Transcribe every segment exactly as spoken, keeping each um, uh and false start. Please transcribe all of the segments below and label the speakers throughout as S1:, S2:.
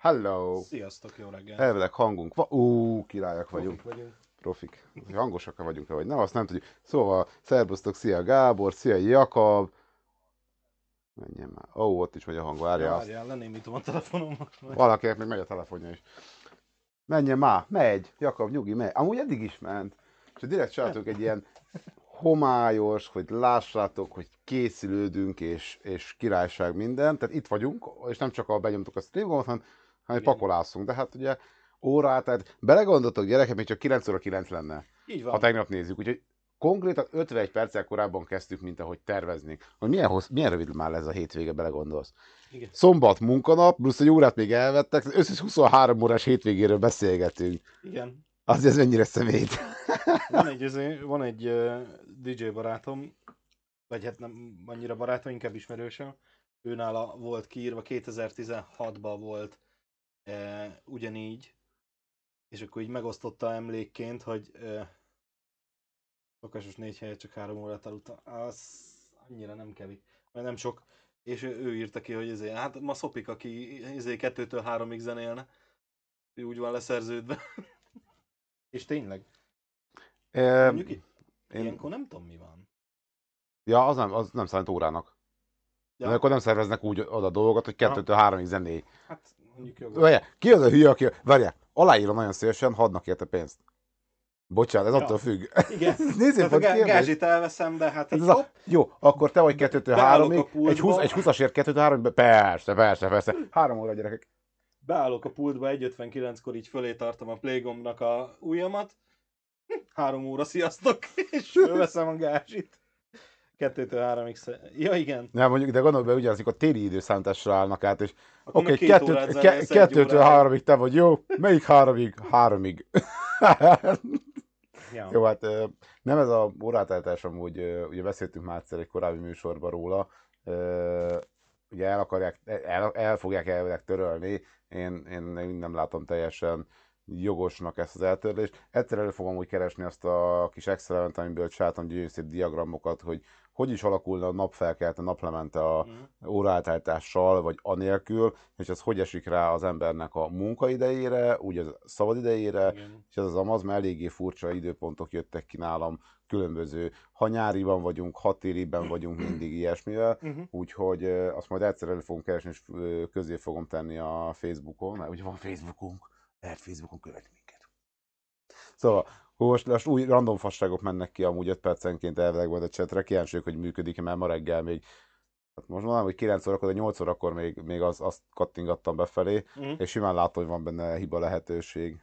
S1: Hello!
S2: Sziasztok, jó reggelt!
S1: Elvileg hangunk van. Ú, királyok vagyunk.
S2: Profik vagyunk.
S1: Profik. Hangosak vagyunk-e vagy nem, azt nem tudjuk. Szóval, szervusztok, szia Gábor, szia Jakab. Menjen már. Ó, ott is megy a hang,
S2: Ja,
S1: várjál azt.
S2: várjál, lenémítom a telefonomat.
S1: Valakinek még megy a telefonja is. Menjen már, megy. Jakab, nyugi, megy. Amúgy eddig is ment. És direkt csináltunk egy ilyen homályos, hogy lássátok, hogy készülődünk, és, és királyság minden. Tehát itt vagyunk, és nem csak a benyomtuk a streamot, hanem, hanem
S2: Igen.
S1: pakolászunk. De hát ugye órát, tehát belegondoltok gyerekek, még csak kilenc óra kilenc lenne,
S2: Így
S1: ha
S2: van.
S1: tegnap nézzük. Úgyhogy konkrétan ötvenegy perccel korábban kezdtük, mint ahogy terveznénk. Hogy milyen, hossz, milyen rövid már ez a hétvége, belegondolsz.
S2: Igen.
S1: Szombat munkanap, plusz egy órát még elvettek, összes huszonhárom órás hétvégéről beszélgetünk.
S2: Igen.
S1: Az ez mennyire szemét.
S2: Van egy, izé- van egy uh, dé dzsé barátom, vagy hát nem annyira barátom, inkább ismerősöm. Őnála volt kiírva, kétezer-tizenhatban volt uh, ugyanígy, és akkor így megosztotta emlékként, hogy uh, szokásos négy helyet csak három órát aludtam. Az annyira nem kevik, mert nem sok. És ő, ő írta ki, hogy ezért, hát ma szopik, aki ezért kettőtől háromig zenélne. Ő úgy van leszerződve. És tényleg,
S1: E,
S2: mondjuk i-
S1: én,
S2: ilyenkor nem tudom mi van.
S1: ja, az nem, az nem számít órának. Mert
S2: Ja,
S1: akkor nem szerveznek úgy oda dolgokat, hogy
S2: ja,
S1: kettőtől háromig zenélj.
S2: hát mondjuk jogos.
S1: Várjál, ki az a hülye, aki... Várjál, aláírom nagyon szívesen, hadnak érte pénzt. Bocsánat, ez attól
S2: Ja,
S1: függ.
S2: igen.
S1: Nézzél,
S2: Tehát a
S1: hogy
S2: gá-
S1: ki
S2: gázsit elveszem, de hát
S1: Hát
S2: egy
S1: ez a,
S2: hopp,
S1: jó, akkor te vagy
S2: be-
S1: kettőtől
S2: beállok a
S1: háromig, egy, húsz,
S2: pultba,
S1: egy húszasért kettőtől háromig, persze, persze, persze. Három óra gyerekek.
S2: beállok a pultba, egy ötvenkilenckor így fölé tartom a playgombnak a ujjamat, három óra, sziasztok, és fölveszem a gázsit. Kettőtől háromig sze... Ja, igen.
S1: Nem, mondjuk, de gondolj be, ugyanazik a téli időszámításra állnak át, és
S2: Akkor
S1: oké,
S2: meg
S1: okay,
S2: két
S1: kettőt,
S2: órát
S1: ke,
S2: zenélsz egy
S1: kettőtől
S2: óráig.
S1: háromig te vagy, jó? Melyik háromig? Háromig.
S2: Ja.
S1: Jó, hát nem ez a órátáltás, amúgy ugye beszéltünk már egyszer egy korábbi műsorban róla, ugye el akarják, el, el fogják elvileg törölni, én, én nem látom teljesen jogosnak ezt az eltörlést. Egyszer elő fogom úgy keresni azt a kis Excel-et, amiből csináltam gyönyörű szép diagramokat, hogy hogy is alakulna a napfelkelte, naplemente a
S2: Mm.
S1: óráltáltással, vagy anélkül, és ez hogy esik rá az embernek a munkaidejére, úgy a szabadidejére,
S2: Igen.
S1: és ez az amaz, mert eléggé furcsa időpontok jöttek ki nálam, különböző, ha nyáriban vagyunk, ha téliben vagyunk, mindig ilyesmivel,
S2: Uh-huh.
S1: úgyhogy azt majd egyszer elő fogom keresni, és közé fogom tenni a Facebookon, mert ugye van Facebookunk, lehet Facebookon követni minket. Szóval, most, most új random fasságok mennek ki amúgy öt percenként elvileg majd a chatre, kíváncsiak, hogy működik, mert ma reggel még, hát most mondanám, hogy kilenc órakor, de nyolc órakor még, még az, azt kattingattam befelé,
S2: Uh-huh.
S1: és simán látom, hogy van benne hiba lehetőség.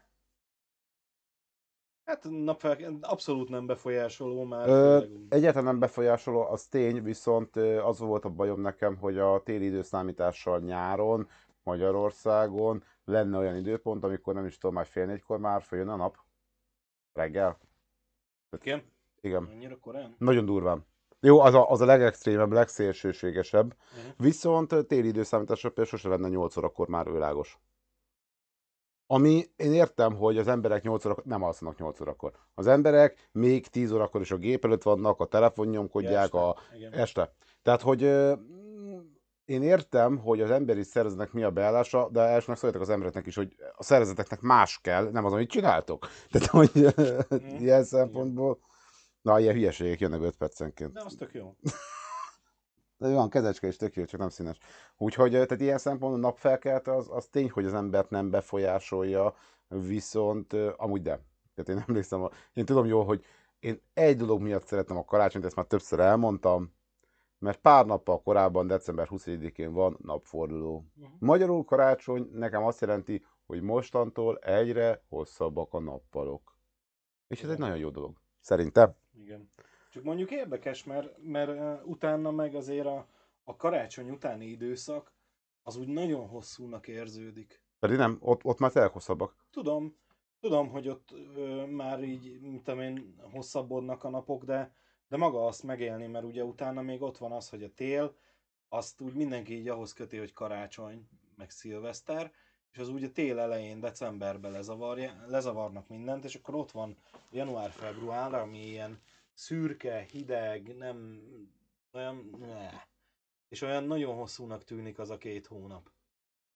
S2: Hát napfel... abszolút nem befolyásoló már,
S1: Ö,
S2: főleg úgy.
S1: egyáltalán nem befolyásoló, az tény, viszont ö, az volt a bajom nekem, hogy a téli időszámítással nyáron, Magyarországon lenne olyan időpont, amikor nem is tudom, már fél négykor már följön a nap. Reggel.
S2: Igen?
S1: Igen.
S2: Annyira korán?
S1: Nagyon durván. Jó, az a, az a legextrémebb, legszélsőségesebb.
S2: Uh-huh.
S1: Viszont ö, téli időszámításra például sose lenne nyolc órakor már világos. Ami én értem, hogy az emberek nyolc órakor nem alszanak nyolc órakor. Az emberek még tíz órakor is a gép előtt vannak, a telefon nyomkodják,
S2: Ja,
S1: a
S2: este. Igen.
S1: este. Tehát, hogy ö, én értem, hogy az emberi szervezetnek mi a beállása, de elsőnek szóljatok az embereknek is, hogy a szervezeteknek más kell, nem az, amit csináltok. Tehát, hogy
S2: Mm.
S1: ilyen szempontból, na, ilyen hülyeségek jönnek öt percenként.
S2: De az tök jó.
S1: De van, kezecske is tök jó, csak nem színes. Úgyhogy, tehát ilyen szempontból a napfelkelte az, az tény, hogy az embert nem befolyásolja, viszont uh, amúgy de. Tehát én emlékszem, a, én tudom jól, hogy én egy dolog miatt szeretem a karácsonyt, ezt már többször elmondtam, mert pár nappal korábban, december huszonegyedikén van napforduló.
S2: Uh-huh.
S1: Magyarul karácsony nekem azt jelenti, hogy mostantól egyre hosszabbak a nappalok. És ez
S2: Igen.
S1: egy nagyon jó dolog. Szerintem.
S2: Igen. Csak mondjuk érdekes, mert, mert uh, utána meg azért a, a karácsony utáni időszak az úgy nagyon hosszúnak érződik.
S1: Pedig nem, ott, ott már tényleg hosszabbak.
S2: Tudom, tudom, hogy ott ö, már így, mint tudom én, hosszabbodnak a napok, de, de maga azt megélni, mert ugye utána még ott van az, hogy a tél, azt úgy mindenki így ahhoz köti, hogy karácsony, meg szilveszter, és az úgy a tél elején, decemberben lezavarja, lezavarnak mindent, és akkor ott van január-február, ami ilyen szürke, hideg, nem olyan, ne, és olyan nagyon hosszúnak tűnik az a két hónap.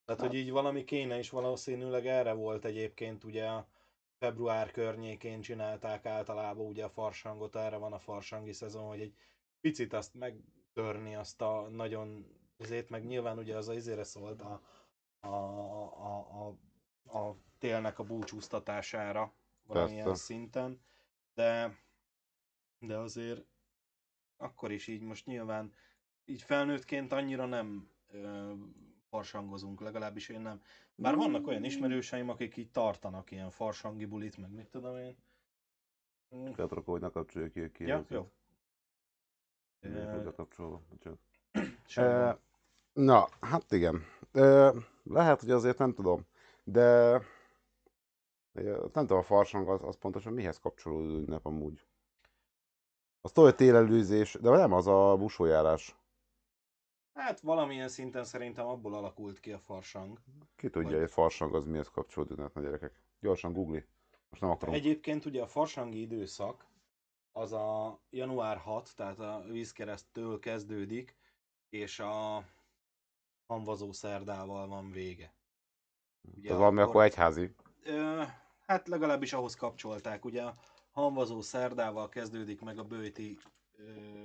S2: Tehát, hogy így valami kéne, és valószínűleg erre volt egyébként ugye a február környékén csinálták általában ugye a farsangot, erre van a farsangi szezon, hogy egy picit azt megtörni, azt a nagyon, ezért meg nyilván ugye az a izére szólt a, a, a, a, a télnek a búcsúztatására valamilyen
S1: Persze.
S2: szinten, de, de azért akkor is így most nyilván így felnőttként annyira nem ö, farsangozunk, legalábbis én nem. Bár vannak olyan ismerőseim, akik így tartanak ilyen farsangi bulit, meg mit tudom én. Mm,
S1: Tehát akkor, hogy ne kapcsolja ki a
S2: Ja,
S1: kijelzőt.
S2: jó.
S1: Miért
S2: Ö,
S1: vagy bekapcsolva? Bocsánat.
S2: Semmi
S1: E,
S2: gond.
S1: na, hát igen. E, lehet, hogy azért nem tudom. De e, nem tudom, a farsang az, az pontosan mihez kapcsolódó ünnep amúgy. Az tudod, hogy télelőzés, de nem az a busójárás.
S2: Hát valamilyen szinten szerintem abból alakult ki a farsang.
S1: Ki tudja,
S2: Hogy
S1: hogy farsang az mihez kapcsolódó ünnep, na gyerekek. Gyorsan googli. Most nem
S2: hát
S1: akarunk.
S2: egyébként ugye a farsangi időszak az a január hatodika, tehát a vízkereszttől kezdődik, és a hamvazó szerdával van vége. Ugye
S1: Az valami akkor
S2: akkor
S1: egyházi.
S2: Ö, hát legalábbis ahhoz kapcsolták. Ugye a hamvazó szerdával kezdődik meg a böjti ö,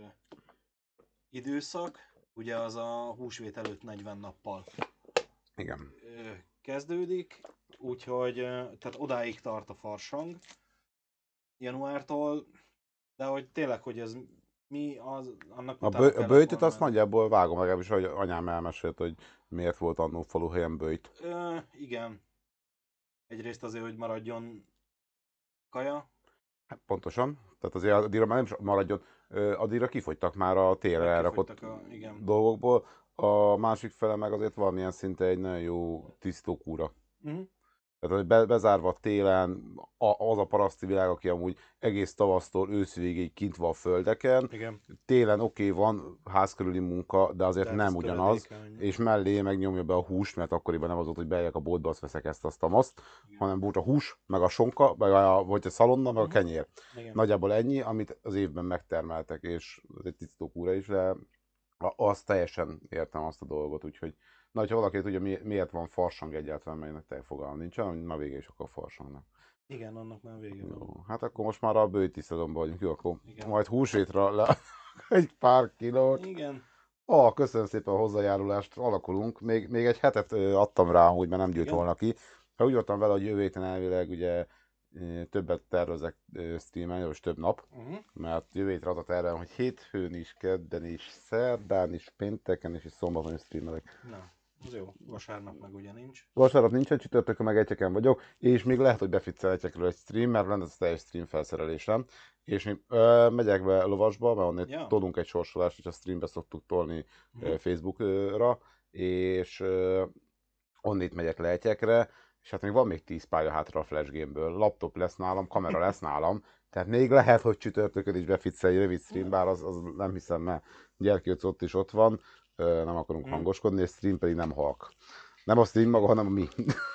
S2: időszak, ugye az a húsvét előtt negyven nappal
S1: Igen.
S2: ö, kezdődik, úgyhogy ö, tehát odáig tart a farsang januártól, de hogy tényleg, hogy ez mi, az, annak
S1: A,
S2: utána
S1: bő, a
S2: kellett
S1: böjtöt
S2: volna
S1: azt
S2: menni.
S1: nagyjából vágom, legalábbis, hogy anyám elmesélt, hogy miért volt annó faluhelyen böjt.
S2: Ö, igen, egyrészt azért, hogy maradjon kaja.
S1: Hát pontosan. Tehát azért addigra már nem is maradjon. Ö, Addigra kifogytak már a télre
S2: Meg
S1: elrakott
S2: kifogytak a, igen.
S1: dolgokból. A másik fele meg azért valamilyen szinte egy nagyon jó tisztókúra.
S2: Uh-huh.
S1: Tehát hogy be, bezárva télen a, az a paraszti világ, aki amúgy egész tavasztól ősz végéig kint van a földeken.
S2: Igen,
S1: Télen oké, okay, van ház körüli munka, de azért
S2: de hát
S1: nem
S2: ez
S1: ugyanaz.
S2: töredéke.
S1: És mellé megnyomja be a húst, mert akkoriban nem az volt, hogy bejek a boltba, azt veszek ezt, azt, azt,
S2: Igen.
S1: hanem búcs a hús, meg a sonka, meg a, vagy a szalonna, meg a
S2: Uh-huh.
S1: kenyér.
S2: Igen.
S1: Nagyjából ennyi, amit az évben megtermeltek, és ez egy tisztó kúra is, de azt teljesen értem azt a dolgot, úgyhogy na, hogyha valaki tudja, mi, miért van farsang egyáltalán, melynek te fogalmam nincsen, hogy már vége is akkor a farsangnak.
S2: Igen, annak már vége van.
S1: Jó, hát akkor most már a bőti szezonban vagyunk, jó, akkor
S2: Igen.
S1: majd húsvétra le egy pár kilót.
S2: Igen.
S1: Ah, köszönöm szépen a hozzájárulást, alakulunk. Még, még egy hetet ö, adtam rá, hogy már nem gyűjt
S2: Igen.
S1: volna ki. Ha úgy voltam vele, hogy jövő héten elvileg ugye ö, többet tervezek ö, streamelni, vagy több nap,
S2: Uh-huh.
S1: mert jövő hétre az a tervem, hogy hétfőn is, kedden is, szerdán is, pénteken is, és szombaton is streamelek.
S2: Na, az jó. Vasárnap meg ugye nincs.
S1: Vasárnap nincsen, csütörtökön meg egyeken vagyok, és még lehet, hogy beficel egyekről egy stream, mert lenne ez a teljes stream felszerelésem. És még ö, megyek be lovasba, mert onnét
S2: Ja.
S1: tolunk egy sorsolást, és a streambe szoktuk tolni
S2: Uh-huh.
S1: ö, Facebookra, és ö, onnét megyek lejtyekre, és hát még van még tíz pálya hátra a Flash Game-ből. Laptop lesz nálam, kamera lesz nálam, tehát még lehet, hogy csütörtökön is beficel egy rövid stream, bár az, az nem hiszem, mert gyerkőc ott is ott van, ö, nem akarunk
S2: Mhm.
S1: hangoskodni, és stream pedig nem halk. Nem a stream maga, hanem a mi.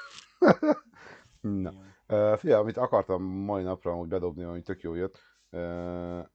S1: Na.
S2: Igen.
S1: Uh, figyelj, amit akartam mai napra amúgy bedobni, ami tök jó jött. Uh,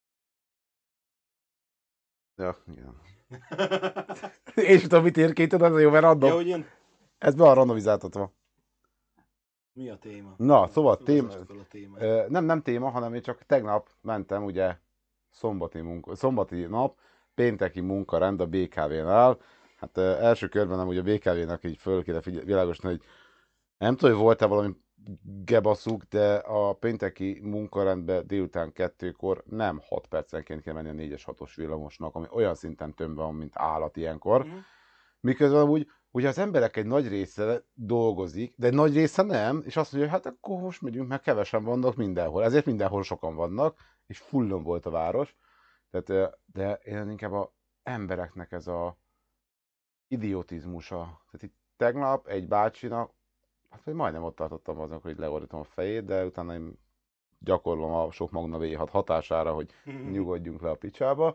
S1: ja, igen. És tudom, mit ér két, az a jó, mert random.
S2: Ja, hogy ilyen...
S1: Ez be van randomizáltatva.
S2: Mi a téma?
S1: Na, szóval tém...
S2: Vezess fel a témát.
S1: uh, nem, nem téma, hanem én csak tegnap mentem, ugye, szombati, munka, szombati nap, pénteki munkarend a bé ká vé-nál. Hát uh, első körben nem ugye a bé ká vé-nek így föl kéne figyel- világosítani, hogy nem tudom, hogy volt-e valami gebaszuk, de a pénteki munkarendben délután kettőkor nem hat percenként kell menni a négyes hatos villamosnak, ami olyan szinten tömve van, mint állat ilyenkor.
S2: Uh-huh.
S1: Miközben úgy, ugye az emberek egy nagy része dolgozik, de egy nagy része nem, és azt mondja, hogy hát akkor most megyünk, mert kevesen vannak mindenhol. Ezért mindenhol sokan vannak, és fullon volt a város. Tehát, de én inkább az embereknek ez a idiotizmusa. Tehát itt tegnap egy bácsinak, hát vagy majdnem ott tartottam azon, hogy leordítom a fejét, de utána én gyakorlom a sok Magna vé hat hatására, hogy nyugodjunk le a picsába.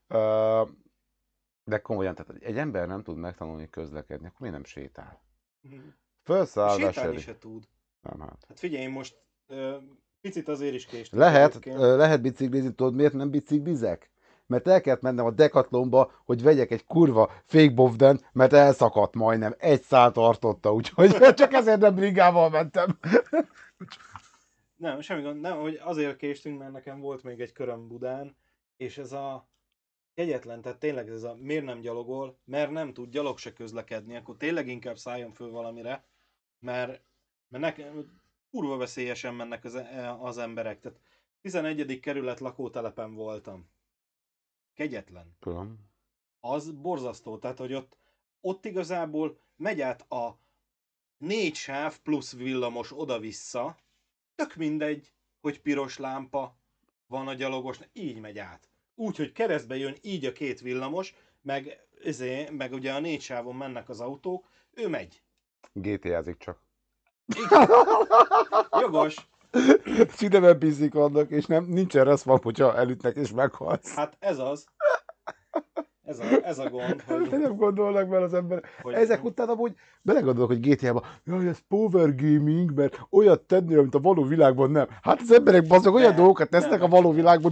S1: De komolyan, tehát egy ember nem tud megtanulni közlekedni, akkor miért nem sétál? Felszáll,
S2: Sétálni
S1: veseli.
S2: se tud.
S1: Nem, hát.
S2: Hát figyelj, én most ö, picit azért is késtem.
S1: Lehet,
S2: egyébként.
S1: ö, lehet biciklizni, tudod miért nem biciklizek? mert el kellett mennem a Decathlonba, hogy vegyek egy kurva fake bovden, mert elszakadt majdnem. Egy szál tartotta, úgyhogy csak ezért nem bringával mentem.
S2: Nem, semmi gond, nem, hogy azért késtünk, mert nekem volt még egy köröm Budán, és ez a kegyetlen, tehát tényleg ez a miért nem gyalogol, mert nem tud gyalog se közlekedni, akkor tényleg inkább szálljon föl valamire, mert, mert nekem kurva veszélyesen mennek az, az emberek. Tehát tizenegyedik kerület lakótelepen voltam. Kegyetlen.
S1: Tudom.
S2: Az borzasztó, tehát hogy ott, ott igazából megy át a négy sáv plusz villamos oda-vissza, tök mindegy, hogy piros lámpa van a gyalogos, így megy át. Úgy, hogy keresztbe jön így a két villamos, meg, ezé, meg ugye a négy sávon mennek az autók, ő megy.
S1: gé té á-zik csak.
S2: Igen. Jogos.
S1: Színemen bízik vannak, és nem, nincsen reszvam, hogyha elütnek és meghalsz.
S2: Hát ez az. Ez a, ez a gond, hogy...
S1: Nem gondolnak bele az emberek.
S2: Hogy-
S1: Ezek után amúgy belegondolok, hogy gé té á-ban, jaj, ez power gaming, mert olyat tenni, amit a való világban nem. Hát az emberek bazog olyan
S2: Nem,
S1: dolgokat tesznek
S2: nem.
S1: a való világban.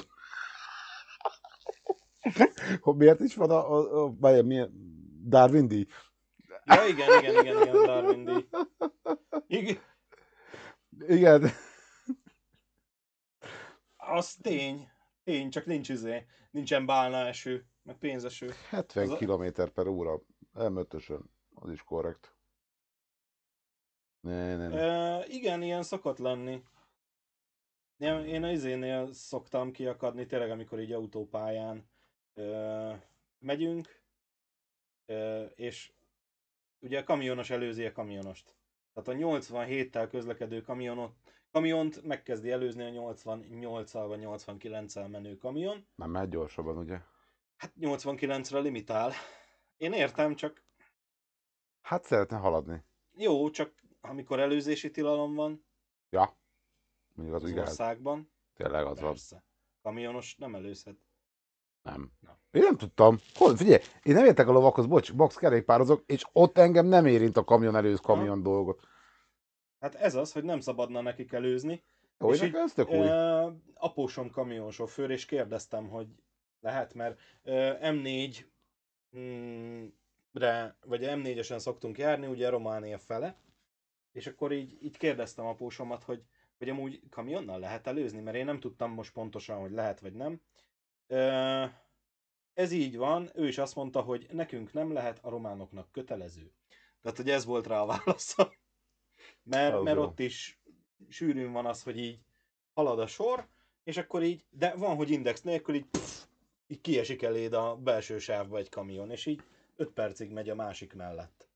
S1: Hogy miért is van a, a, a, a milyen Darwin díj?
S2: Ja, igen, igen, igen, igen, Darwin díj. Igen.
S1: Igen.
S2: Az tény. Tény, csak nincs izé. Nincsen bálna eső, meg pénzeső.
S1: hetven
S2: Az a-
S1: kilométer per óra. em ötösön. Az is korrekt. Ne, ne, ne.
S2: E, igen, ilyen szokott lenni. Én, én az izénél szoktam kiakadni, tényleg amikor így autópályán e, megyünk, e, és ugye a kamionos előzi a kamionost. Tehát a nyolcvanhéttel közlekedő kamionot, kamiont megkezdi előzni a nyolcvannyolccal vagy nyolcvankilenccel menő kamion.
S1: Nem megy gyorsabban, ugye?
S2: Hát nyolcvankilencre limitál. Én értem, csak
S1: Hát szeretne haladni.
S2: jó, csak amikor előzési tilalom van
S1: Ja. Mondjuk az
S2: az
S1: igaz.
S2: országban,
S1: Tényleg az van.
S2: persze. Kamionos nem előzhet.
S1: Nem.
S2: Na.
S1: Én nem tudtam. Hol, figyelj, én nem értek a lovakhoz, bocs, box kerékpározok, és ott engem nem érint a kamion előz kamion dolgot.
S2: Hát ez az, hogy nem szabadna nekik előzni.
S1: Jó,
S2: És
S1: és
S2: így,
S1: ez tök új.
S2: ö, apósom kamionsofőr, és kérdeztem, hogy lehet, mert ö, em négyre, vagy em négyesen szoktunk járni, ugye Románia fele, és akkor így, így kérdeztem apósomat, hogy, hogy amúgy kamionnal lehet előzni, mert én nem tudtam most pontosan, hogy lehet vagy nem. Ö, ez így van, ő is azt mondta, hogy nekünk nem lehet, a románoknak kötelező. Tehát, hogy ez volt rá a válasza. Mert,
S1: Az
S2: mert
S1: jó.
S2: ott is sűrűn van az, hogy így halad a sor, és akkor így, de van, hogy index nélkül így, pff, így kiesik eléd a belső sávba egy kamion, és így öt percig megy a másik mellett.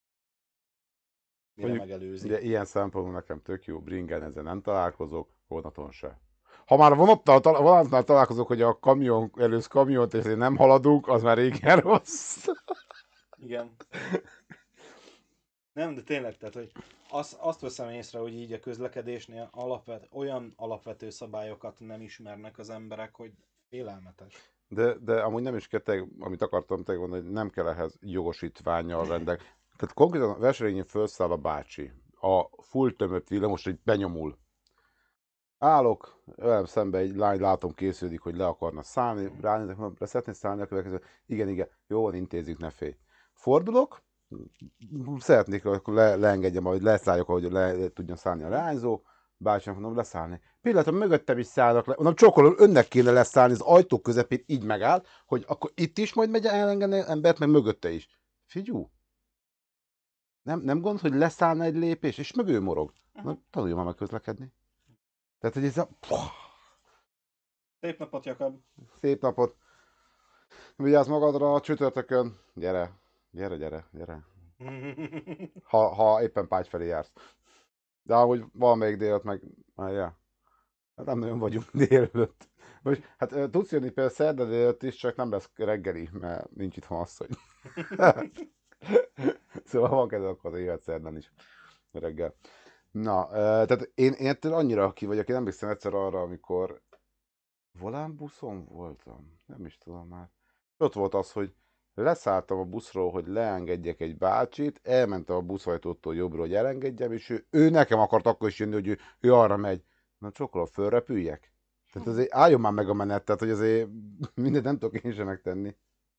S2: Mire
S1: Mondjuk,
S2: megelőzi.
S1: Ugye ilyen szempontból nekem tök jó, bringen ezzel nem találkozok, vonaton se. Ha már vonattal, tal- vonatnál találkozok, hogy a kamion előz kamiont, és nem haladunk, az már régen rossz.
S2: Igen. Nem, de tényleg, tehát, hogy azt, azt veszem észre, hogy így a közlekedésnél alapvet, olyan alapvető szabályokat nem ismernek az emberek, hogy félelmetes.
S1: De, de amúgy nem is kell, te, amit akartam te mondani, hogy nem kell ehhez jogosítvánnyal rendek. Tehát konkrétan a versenyen felszáll a bácsi. A full tömött villamos, hogy benyomul. Állok, velem szembe egy lány, látom készüldik, hogy le akarna szállni, ránézek, mondom, le szeretnél szállni a következő? Igen, igen, jó van, intézzük, ne félj. Fordulok, szeretnék, hogy le, leengedjem, hogy leszálljak, ahogy le tudjon szállni a leányzó. Bácsinak mondom, leszállni. Pillanatra mögöttem is szállnak le. Mondom, csókolom, önnek kéne leszállni, az ajtó közepén így megáll, hogy akkor itt is majd megy elengedni embert, meg mögötte is. Figyú, nem, nem gond, hogy leszállna egy lépés, és mögül morog. Na, tanuljon már meg közlekedni. Tehát, hogy ez a...
S2: Szép napot, Jakab!
S1: Szép napot! Vigyázz magadra a csütörtökön. Gyere, gyere, gyere, gyere. Ha, ha éppen Págy felé jársz. De ahogy valamelyik délután meg... Ah, ja. Hát nem nagyon vagyunk délelőtt. Most, hát ö, tudsz jönni például szerda délelőtt is, csak nem lesz reggeli, mert nincs itthon asszony. Szóval van kedve, akkor az évet szerdán is reggel. Na, ö, tehát én, én ettől annyira ki vagyok, én emlékszem egyszer arra, amikor volán buszon voltam, nem is tudom már. Ott volt az, hogy leszálltam a buszról, hogy leengedjek egy bácsit, elmentem a buszajtótól jobbra, hogy elengedjem, és ő, ő nekem akart akkor is jönni, hogy ő, ő arra megy. Na csokolom, fölrepüljek? Tehát azért álljon már meg a menet, tehát hogy azért mindent nem tudok én sem megtenni.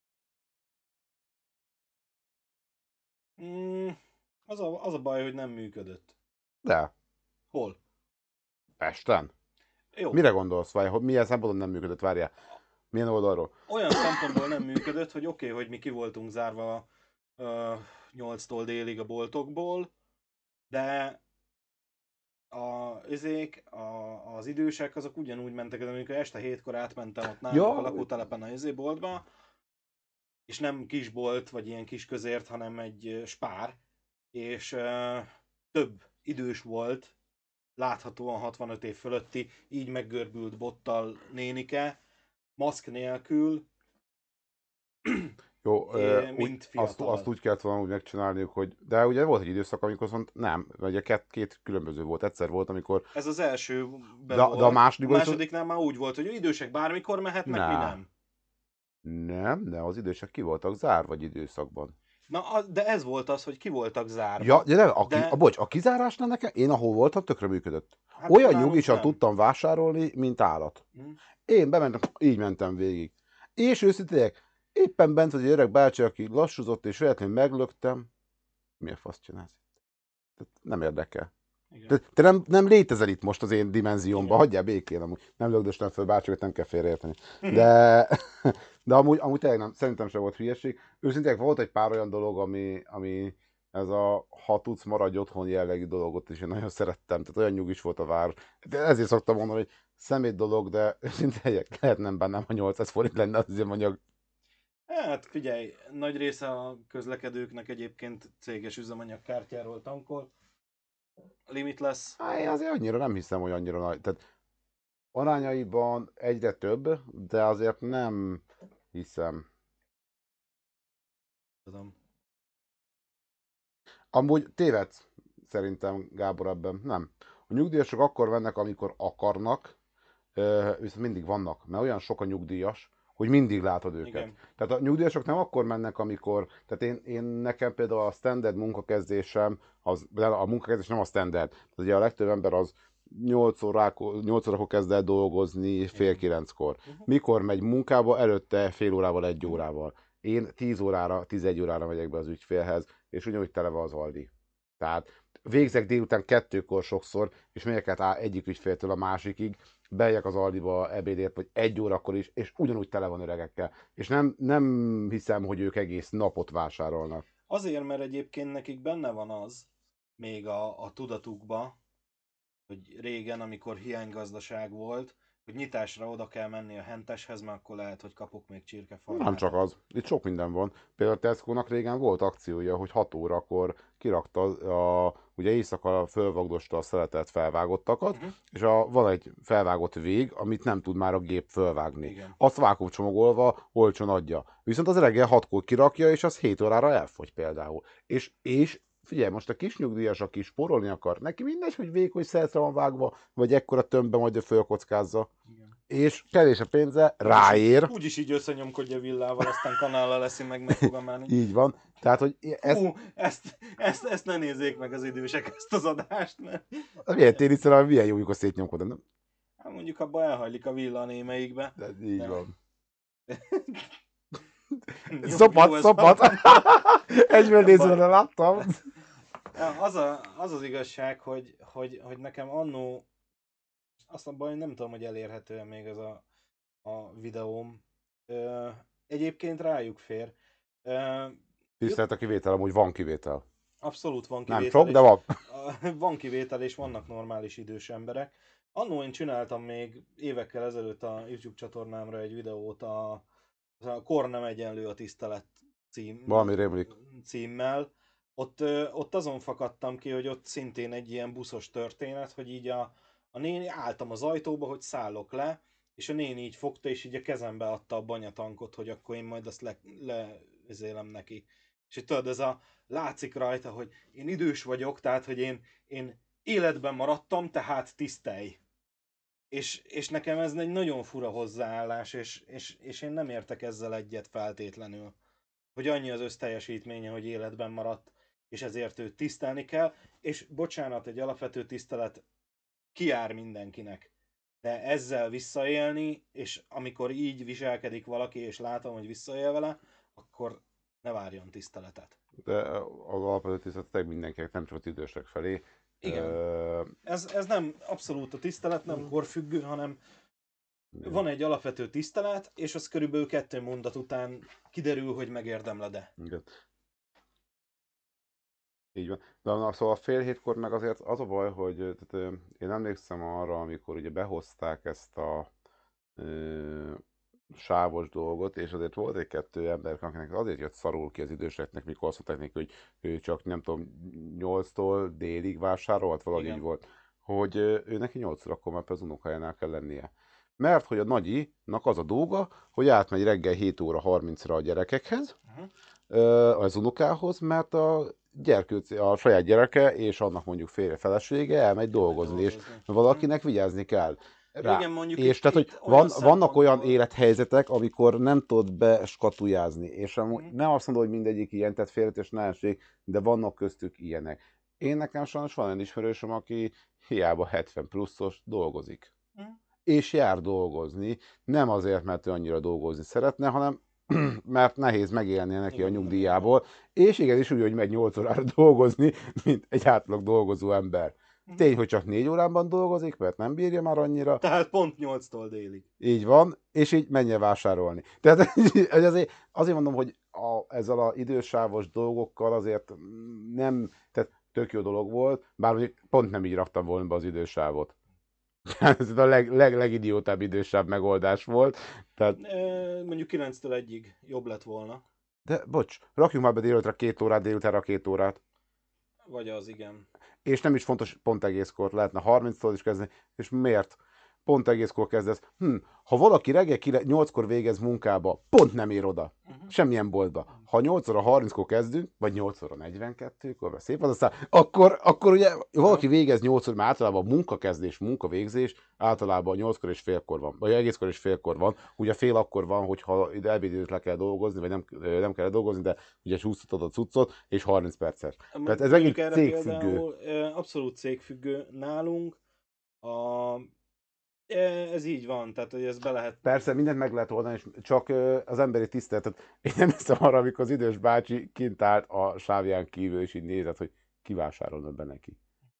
S2: Mm, az, a, az a baj, hogy nem működött.
S1: De,
S2: Hol?
S1: Pesten?
S2: Jó.
S1: Mire gondolsz, vagy hogy milyen szempontból nem működött, várjál? Milyen oldalról?
S2: Olyan szempontból nem működött, hogy oké, okay, hogy mi ki voltunk zárva uh, nyolctól délig a boltokból, de a izék, a, az idősek azok ugyanúgy mentek, de amikor este hétkor átmentem ott nálunk a
S1: Ja,
S2: lakótelepen a izéboltba, és nem kisbolt, vagy ilyen kis közért, hanem egy ö, spár, és uh, több idős volt, láthatóan hatvanöt év fölötti, így meggörbült bottal nénike, maszk nélkül,
S1: jó, ö,
S2: é,
S1: úgy,
S2: mint
S1: azt, azt
S2: fiatal.
S1: úgy kellett volna úgy megcsinálniuk, hogy... De ugye volt egy időszak, amikor viszont nem, vagy két, két különböző volt. Egyszer volt, amikor...
S2: Ez az elsőben
S1: De, de a
S2: volt, a
S1: másodikban viszont...
S2: másodiknál már úgy volt, hogy idősek bármikor mehetnek, mi
S1: Ne,
S2: nem.
S1: nem, de az idősek ki voltak zárva egy időszakban.
S2: Na, a- de ez volt az, hogy ki voltak
S1: Ja,
S2: zárva,
S1: de nem, a, ki, a,
S2: de
S1: bocs, a kizárásnál nekem, én ahol voltam, tökre működött.
S2: hát
S1: Olyan
S2: nálunk
S1: nyugisan
S2: nem.
S1: tudtam vásárolni, mint állat.
S2: Hm?
S1: Én bementem, így mentem végig. És őszintén, éppen bent vagy egy öreg bácsi, aki lassúzott, és véletlenül meglöktem. Mi a fasz csinálsz? Tehát nem érdekel. Te,
S2: Igen.
S1: te nem, nem létezel itt most az én dimenziómban,
S2: Igen.
S1: hagyjál békén amúgy. Nem lögdöstem föl bácsikat, nem kell félreérteni. De, de amúgy, amúgy tényleg nem, szerintem sem volt hülyeség. Őszintén volt egy pár olyan dolog, ami, ami ez a ha tudsz maradj otthon jellegű dologot is én nagyon szerettem. Tehát olyan nyugis volt a vár. De ezért szoktam mondani, hogy szemét dolog, de őszintén lehet nem bennem, ha nyolcszáz forint lenne az üzemanyag.
S2: Hát figyelj, nagy része a közlekedőknek egyébként céges üzemanyagkártyáról tankol. Limitless.
S1: Á, én azért annyira nem hiszem, hogy annyira nagy. Tehát arányaiban egyre több, de azért nem hiszem.
S2: Tudom.
S1: Amúgy tévedsz, szerintem, Gábor, ebben. Nem. A nyugdíjasok akkor mennek, amikor akarnak, ö, viszont mindig vannak, mert olyan sok a nyugdíjas, hogy mindig látod őket.
S2: Igen.
S1: Tehát a nyugdíjasok nem akkor mennek, amikor, tehát én, én nekem például a standard munkakezdésem, az, de a munkakezdés nem a standard. Tehát ugye a legtöbb ember az nyolc órakor, nyolc órakor kezd el dolgozni, fél
S2: Igen.
S1: kilenckor.
S2: Uh-huh.
S1: Mikor megy munkába? Előtte fél órával, egy
S2: Uh-huh.
S1: órával. Én tíz órára, tizenegy órára megyek be az ügyfélhez, és ugyanúgy tele van az Aldi. Tehát végzek délután kettőkor sokszor, és megyek át á- egyik ügyféltől a másikig, bejek az Aldiba ebédért, vagy egy órakor is, és ugyanúgy tele van öregekkel. És nem, nem hiszem, hogy ők egész napot vásárolnak.
S2: Azért, mert egyébként nekik benne van az, még a, a tudatukba, hogy régen, amikor hiánygazdaság volt, hogy nyitásra oda kell menni a henteshez, mert akkor lehet, hogy kapok még
S1: Nem csak
S2: csirkefarmátat.
S1: az, itt sok minden van. Például a Tesco-nak régen volt akciója, hogy hat órakor kirakta, a, ugye éjszaka fölvagdosta a szeletet felvágottakat,
S2: Uh-huh.
S1: és a, van egy felvágott vég, amit nem tud már a gép fölvágni.
S2: Igen.
S1: Azt vákumcsomagolva olcsón adja. Viszont az reggel hatkor kirakja, és az hét órára elfogy például. És, és figyelj, most a kis nyugdíjas, aki spórolni akar, neki mindegy, hogy vékony szeletre van vágva, vagy ekkora tömbbe majd ő fölkockázza.
S2: Igen.
S1: És kevés a pénze,
S2: Úgyis,
S1: ráér.
S2: úgyis így összenyomkodja villával, aztán kanállal leszi meg, meg fog emelni.
S1: Így van. Tehát, hogy ez...
S2: Hú, ezt, ezt, ezt ne nézzék meg az idősek, ezt az adást, mert
S1: Milyen tényleg, milyen jó, amikor szétnyomkodom, nem?
S2: hát mondjuk abban elhajlik a villa a némeikbe.
S1: De így
S2: De-
S1: van.
S2: Jó-
S1: Szopat,
S2: jó, ez
S1: szopat!
S2: van.
S1: Egyből nézve láttam.
S2: Az, a, az az igazság, hogy, hogy, hogy nekem annó, azt a baj, nem tudom, hogy elérhető még ez a, a videóm. Ö, egyébként rájuk fér. Ö,
S1: Tisztelt a kivétel, amúgy van kivétel.
S2: abszolút van
S1: Nem
S2: kivétel.
S1: sok, de
S2: és-
S1: van.
S2: A- van kivétel, és vannak normális idős emberek. Annó én csináltam még évekkel ezelőtt a YouTube csatornámra egy videót a, a Kor nem egyenlő a tisztelet cím,
S1: Valami rémlik.
S2: címmel. Ott, ö, ott azon fakadtam ki, hogy ott szintén egy ilyen buszos történet, hogy így a, a néni, álltam az ajtóba, hogy szállok le, és a néni így fogta, és így a kezembe adta a banyatankot, hogy akkor én majd azt le, le neki. És hogy tudod, ez a látszik rajta, hogy én idős vagyok, tehát hogy én, én életben maradtam, tehát tisztelj. És, és nekem ez egy nagyon fura hozzáállás, és, és, és én nem értek ezzel egyet feltétlenül. Hogy annyi az összteljesítménye, hogy életben maradt, és ezért őt tisztelni kell, és bocsánat, egy alapvető tisztelet kijár mindenkinek. De ezzel visszaélni, és amikor így viselkedik valaki, és látom, hogy visszaél vele, akkor ne várjon tiszteletet.
S1: De az alapvető tiszteletek mindenkinek, nem csak az idősek felé.
S2: Igen.
S1: Ö,
S2: Ez, ez nem abszolút a tisztelet, nem korfüggő, hanem
S1: igen.
S2: van egy alapvető tisztelet, és az körülbelül kettő mondat után kiderül, hogy megérdemled-e.
S1: Igen. Így van. De na, szóval fél hétkor meg azért az a baj, hogy tehát, ö, én emlékszem arra, amikor ugye behozták ezt a ö, sávos dolgot, és azért volt egy-kettő ember, akinek azért jött szarul ki az időseknek, mikor azt mondták neki, hogy ő csak nem tudom, nyolctól délig vásárolt, valahogy
S2: Igen.
S1: így volt, hogy ö, ő neki nyolcra akkor már az unokájánál kell lennie. Mert hogy a nagyinak az a dolga, hogy átmegy reggel hét óra harmincra a gyerekekhez,
S2: Uh-huh.
S1: ö, az unokához, mert a gyerkőc, a saját gyereke és annak mondjuk férje felesége elmegy dolgozni, és
S2: dolgozni.
S1: valakinek vigyázni kell rá.
S2: Igen, mondjuk
S1: És
S2: itt,
S1: tehát, hogy
S2: itt olyan
S1: van, vannak olyan
S2: szempontból...
S1: élethelyzetek, amikor nem tudod beskatujázni, és amúgy
S2: Mhm.
S1: nem azt mondom, hogy mindegyik ilyen, tehát félretés ne essék, de vannak köztük ilyenek. Én nekem sajnos van olyan ismerősöm, aki hiába hetven pluszos dolgozik.
S2: Mhm.
S1: És jár dolgozni, nem azért, mert ő annyira dolgozni szeretne, hanem mert nehéz megélnie neki
S2: Igen,
S1: a
S2: nem
S1: nyugdíjából, és igenis úgy, hogy megy nyolc órára dolgozni, mint egy átlag dolgozó ember.
S2: Mhm.
S1: Tény, hogy csak négy órában dolgozik, mert nem bírja már annyira,
S2: Tehát pont nyolctól délig.
S1: így van, és így menjen vásárolni. Tehát hogy azért, azért mondom, hogy a, ezzel az idősávos dolgokkal azért nem, tehát tök jó dolog volt, bár mondjuk pont nem így raktam volna be az idősávot. Ez a leg, leg, legidiótább idősáv megoldás volt. Tehát,
S2: E, mondjuk kilenctől egyig jobb lett volna.
S1: de bocs, rakjunk már be délutánra két órát, délutánra két órát.
S2: Vagy az, igen.
S1: És nem is fontos pont egészkor, lehetne harminctól is kezdeni. És miért? Pont egészkor kezdesz. Hm, ha valaki reggel nyolckor végez munkába, pont nem ér oda.
S2: Uh-huh.
S1: Semmilyen boltba. Ha nyolc óra harminckor kezdünk, vagy nyolc óra negyvenkettőkor, vagy szép az aztán, akkor, akkor ugye valaki végez nyolc óra, mert általában a munkakezdés, munkavégzés általában nyolckor és félkor van, vagy egészkor és félkor van. Ugye fél akkor van, hogyha ide ebédidőt le kell dolgozni, vagy nem, nem kell dolgozni, de ugye csúsztatod a cuccot, és harminc perces. Tehát ez
S2: Mondjuk
S1: megint
S2: erre
S1: cégfüggő.
S2: például e, abszolút cégfüggő nálunk. A... e, Ez így van, tehát hogy ez be lehet...
S1: Persze, mindent meg lehet oldani, és csak ö, az emberi tiszteletet. Én nem hiszem arra, amikor az idős bácsi kint állt a sávján kívül, és így nézett, hogy kivásárolna be neki.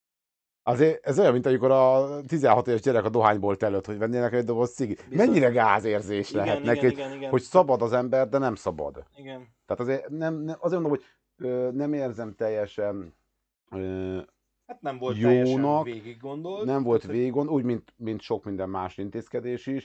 S1: Azért ez olyan, mint amikor a tizenhat éves gyerek a dohánybolt előtt, hogy vennének egy doboz cigi.
S2: Bizony.
S1: Mennyire gázérzés
S2: Igen,
S1: lehet
S2: igen,
S1: neki,
S2: igen, igen.
S1: hogy szabad az ember, de nem szabad.
S2: Igen.
S1: Tehát azért, nem, nem, azért mondom, hogy ö, nem érzem teljesen ö,
S2: Hát nem volt teljesen
S1: jónak,
S2: végig gondolt.
S1: nem volt
S2: tehát,
S1: végon, úgy, mint, mint sok minden más intézkedés is,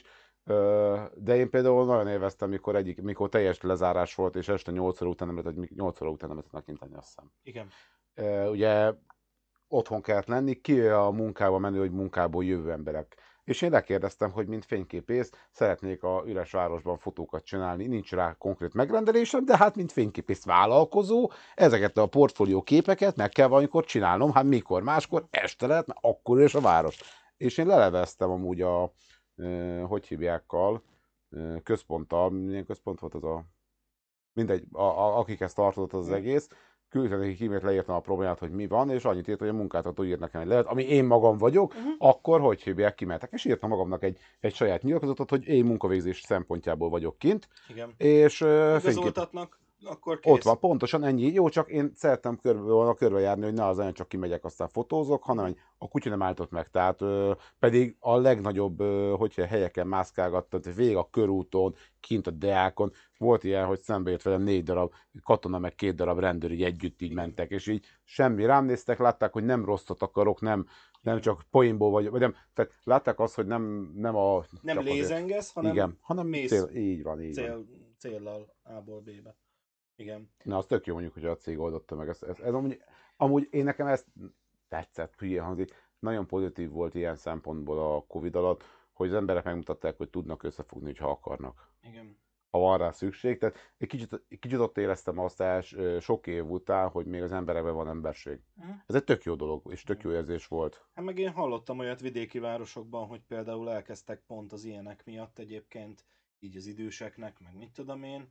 S1: Ö, de én például nagyon élveztem, mikor, egyik, mikor teljes lezárás volt, és este nyolc óra után nem lehetett, nyolc óra után nem lehetett megkintani, azt hiszem.
S2: Igen.
S1: Ö, ugye otthon kellett lenni, ki a munkába menő, hogy munkából jövő emberek. És én lekérdeztem, hogy mint fényképész szeretnék a üres városban fotókat csinálni, nincs rá konkrét megrendelésem, de hát mint fényképész vállalkozó, ezeket a portfólió képeket meg kell valamikor csinálnom, hát mikor, máskor, este lehet, mert akkor is a város. És én leleveztem amúgy a, ö, hogy hívjákkal, ö, központtal, milyen központ volt az a, mindegy, a, a, akik ezt tartott az, az egész, küldtem nekik e-mailt, leírtam a problémát, hogy mi van, és annyit írt, hogy a munkáltató ír nekem egy levelet, ami én magam vagyok,
S2: Uh-huh.
S1: akkor hogy hívják, kimehetek. És írtam magamnak egy, egy saját nyilatkozatot, hogy én munkavégzés szempontjából vagyok kint,
S2: Igen.
S1: és uh, fénykép...
S2: Igazoltatnak, akkor kész.
S1: Ott van, pontosan ennyi. Jó, csak én szerettem körbe, volna körbe járni, hogy ne az olyan csak kimegyek, aztán fotózok, hanem hogy a kutya nem álltott meg. Tehát ö, pedig a legnagyobb ö, hogyha helyeken mászkálgattam, végig a körúton, kint a Deákon. Volt ilyen, hogy szembe jött velem négy darab katona, meg két darab rendőr így együtt így mentek, és így semmi. Rám néztek, látták, hogy nem rosszat akarok, nem, nem csak poénból vagy, vagy nem. Tehát látták azt, hogy nem, nem a...
S2: Nem lézengesz, hanem
S1: igen, hanem
S2: mész
S1: cél, így van, így
S2: cél,
S1: van.
S2: céllal A-ból B-be. Igen.
S1: Na, az tök jó mondjuk, hogy a cég oldotta meg. Ez, ez, ez amúgy, amúgy én nekem ezt tetszett, hülye hangzik. Nagyon pozitív volt ilyen szempontból a Covid alatt, hogy az emberek megmutatták, hogy tudnak összefogni, ha akarnak.
S2: Igen.
S1: Ha van rá szükség. Tehát egy kicsit, egy kicsit ott éreztem azt els, sok év után, hogy még az emberekben van emberség.
S2: Uh-huh.
S1: Ez egy tök jó dolog, és tök jó érzés volt.
S2: Hát meg én hallottam olyat vidéki városokban, hogy például elkezdtek pont az ilyenek miatt egyébként, így az időseknek, meg mit tudom én,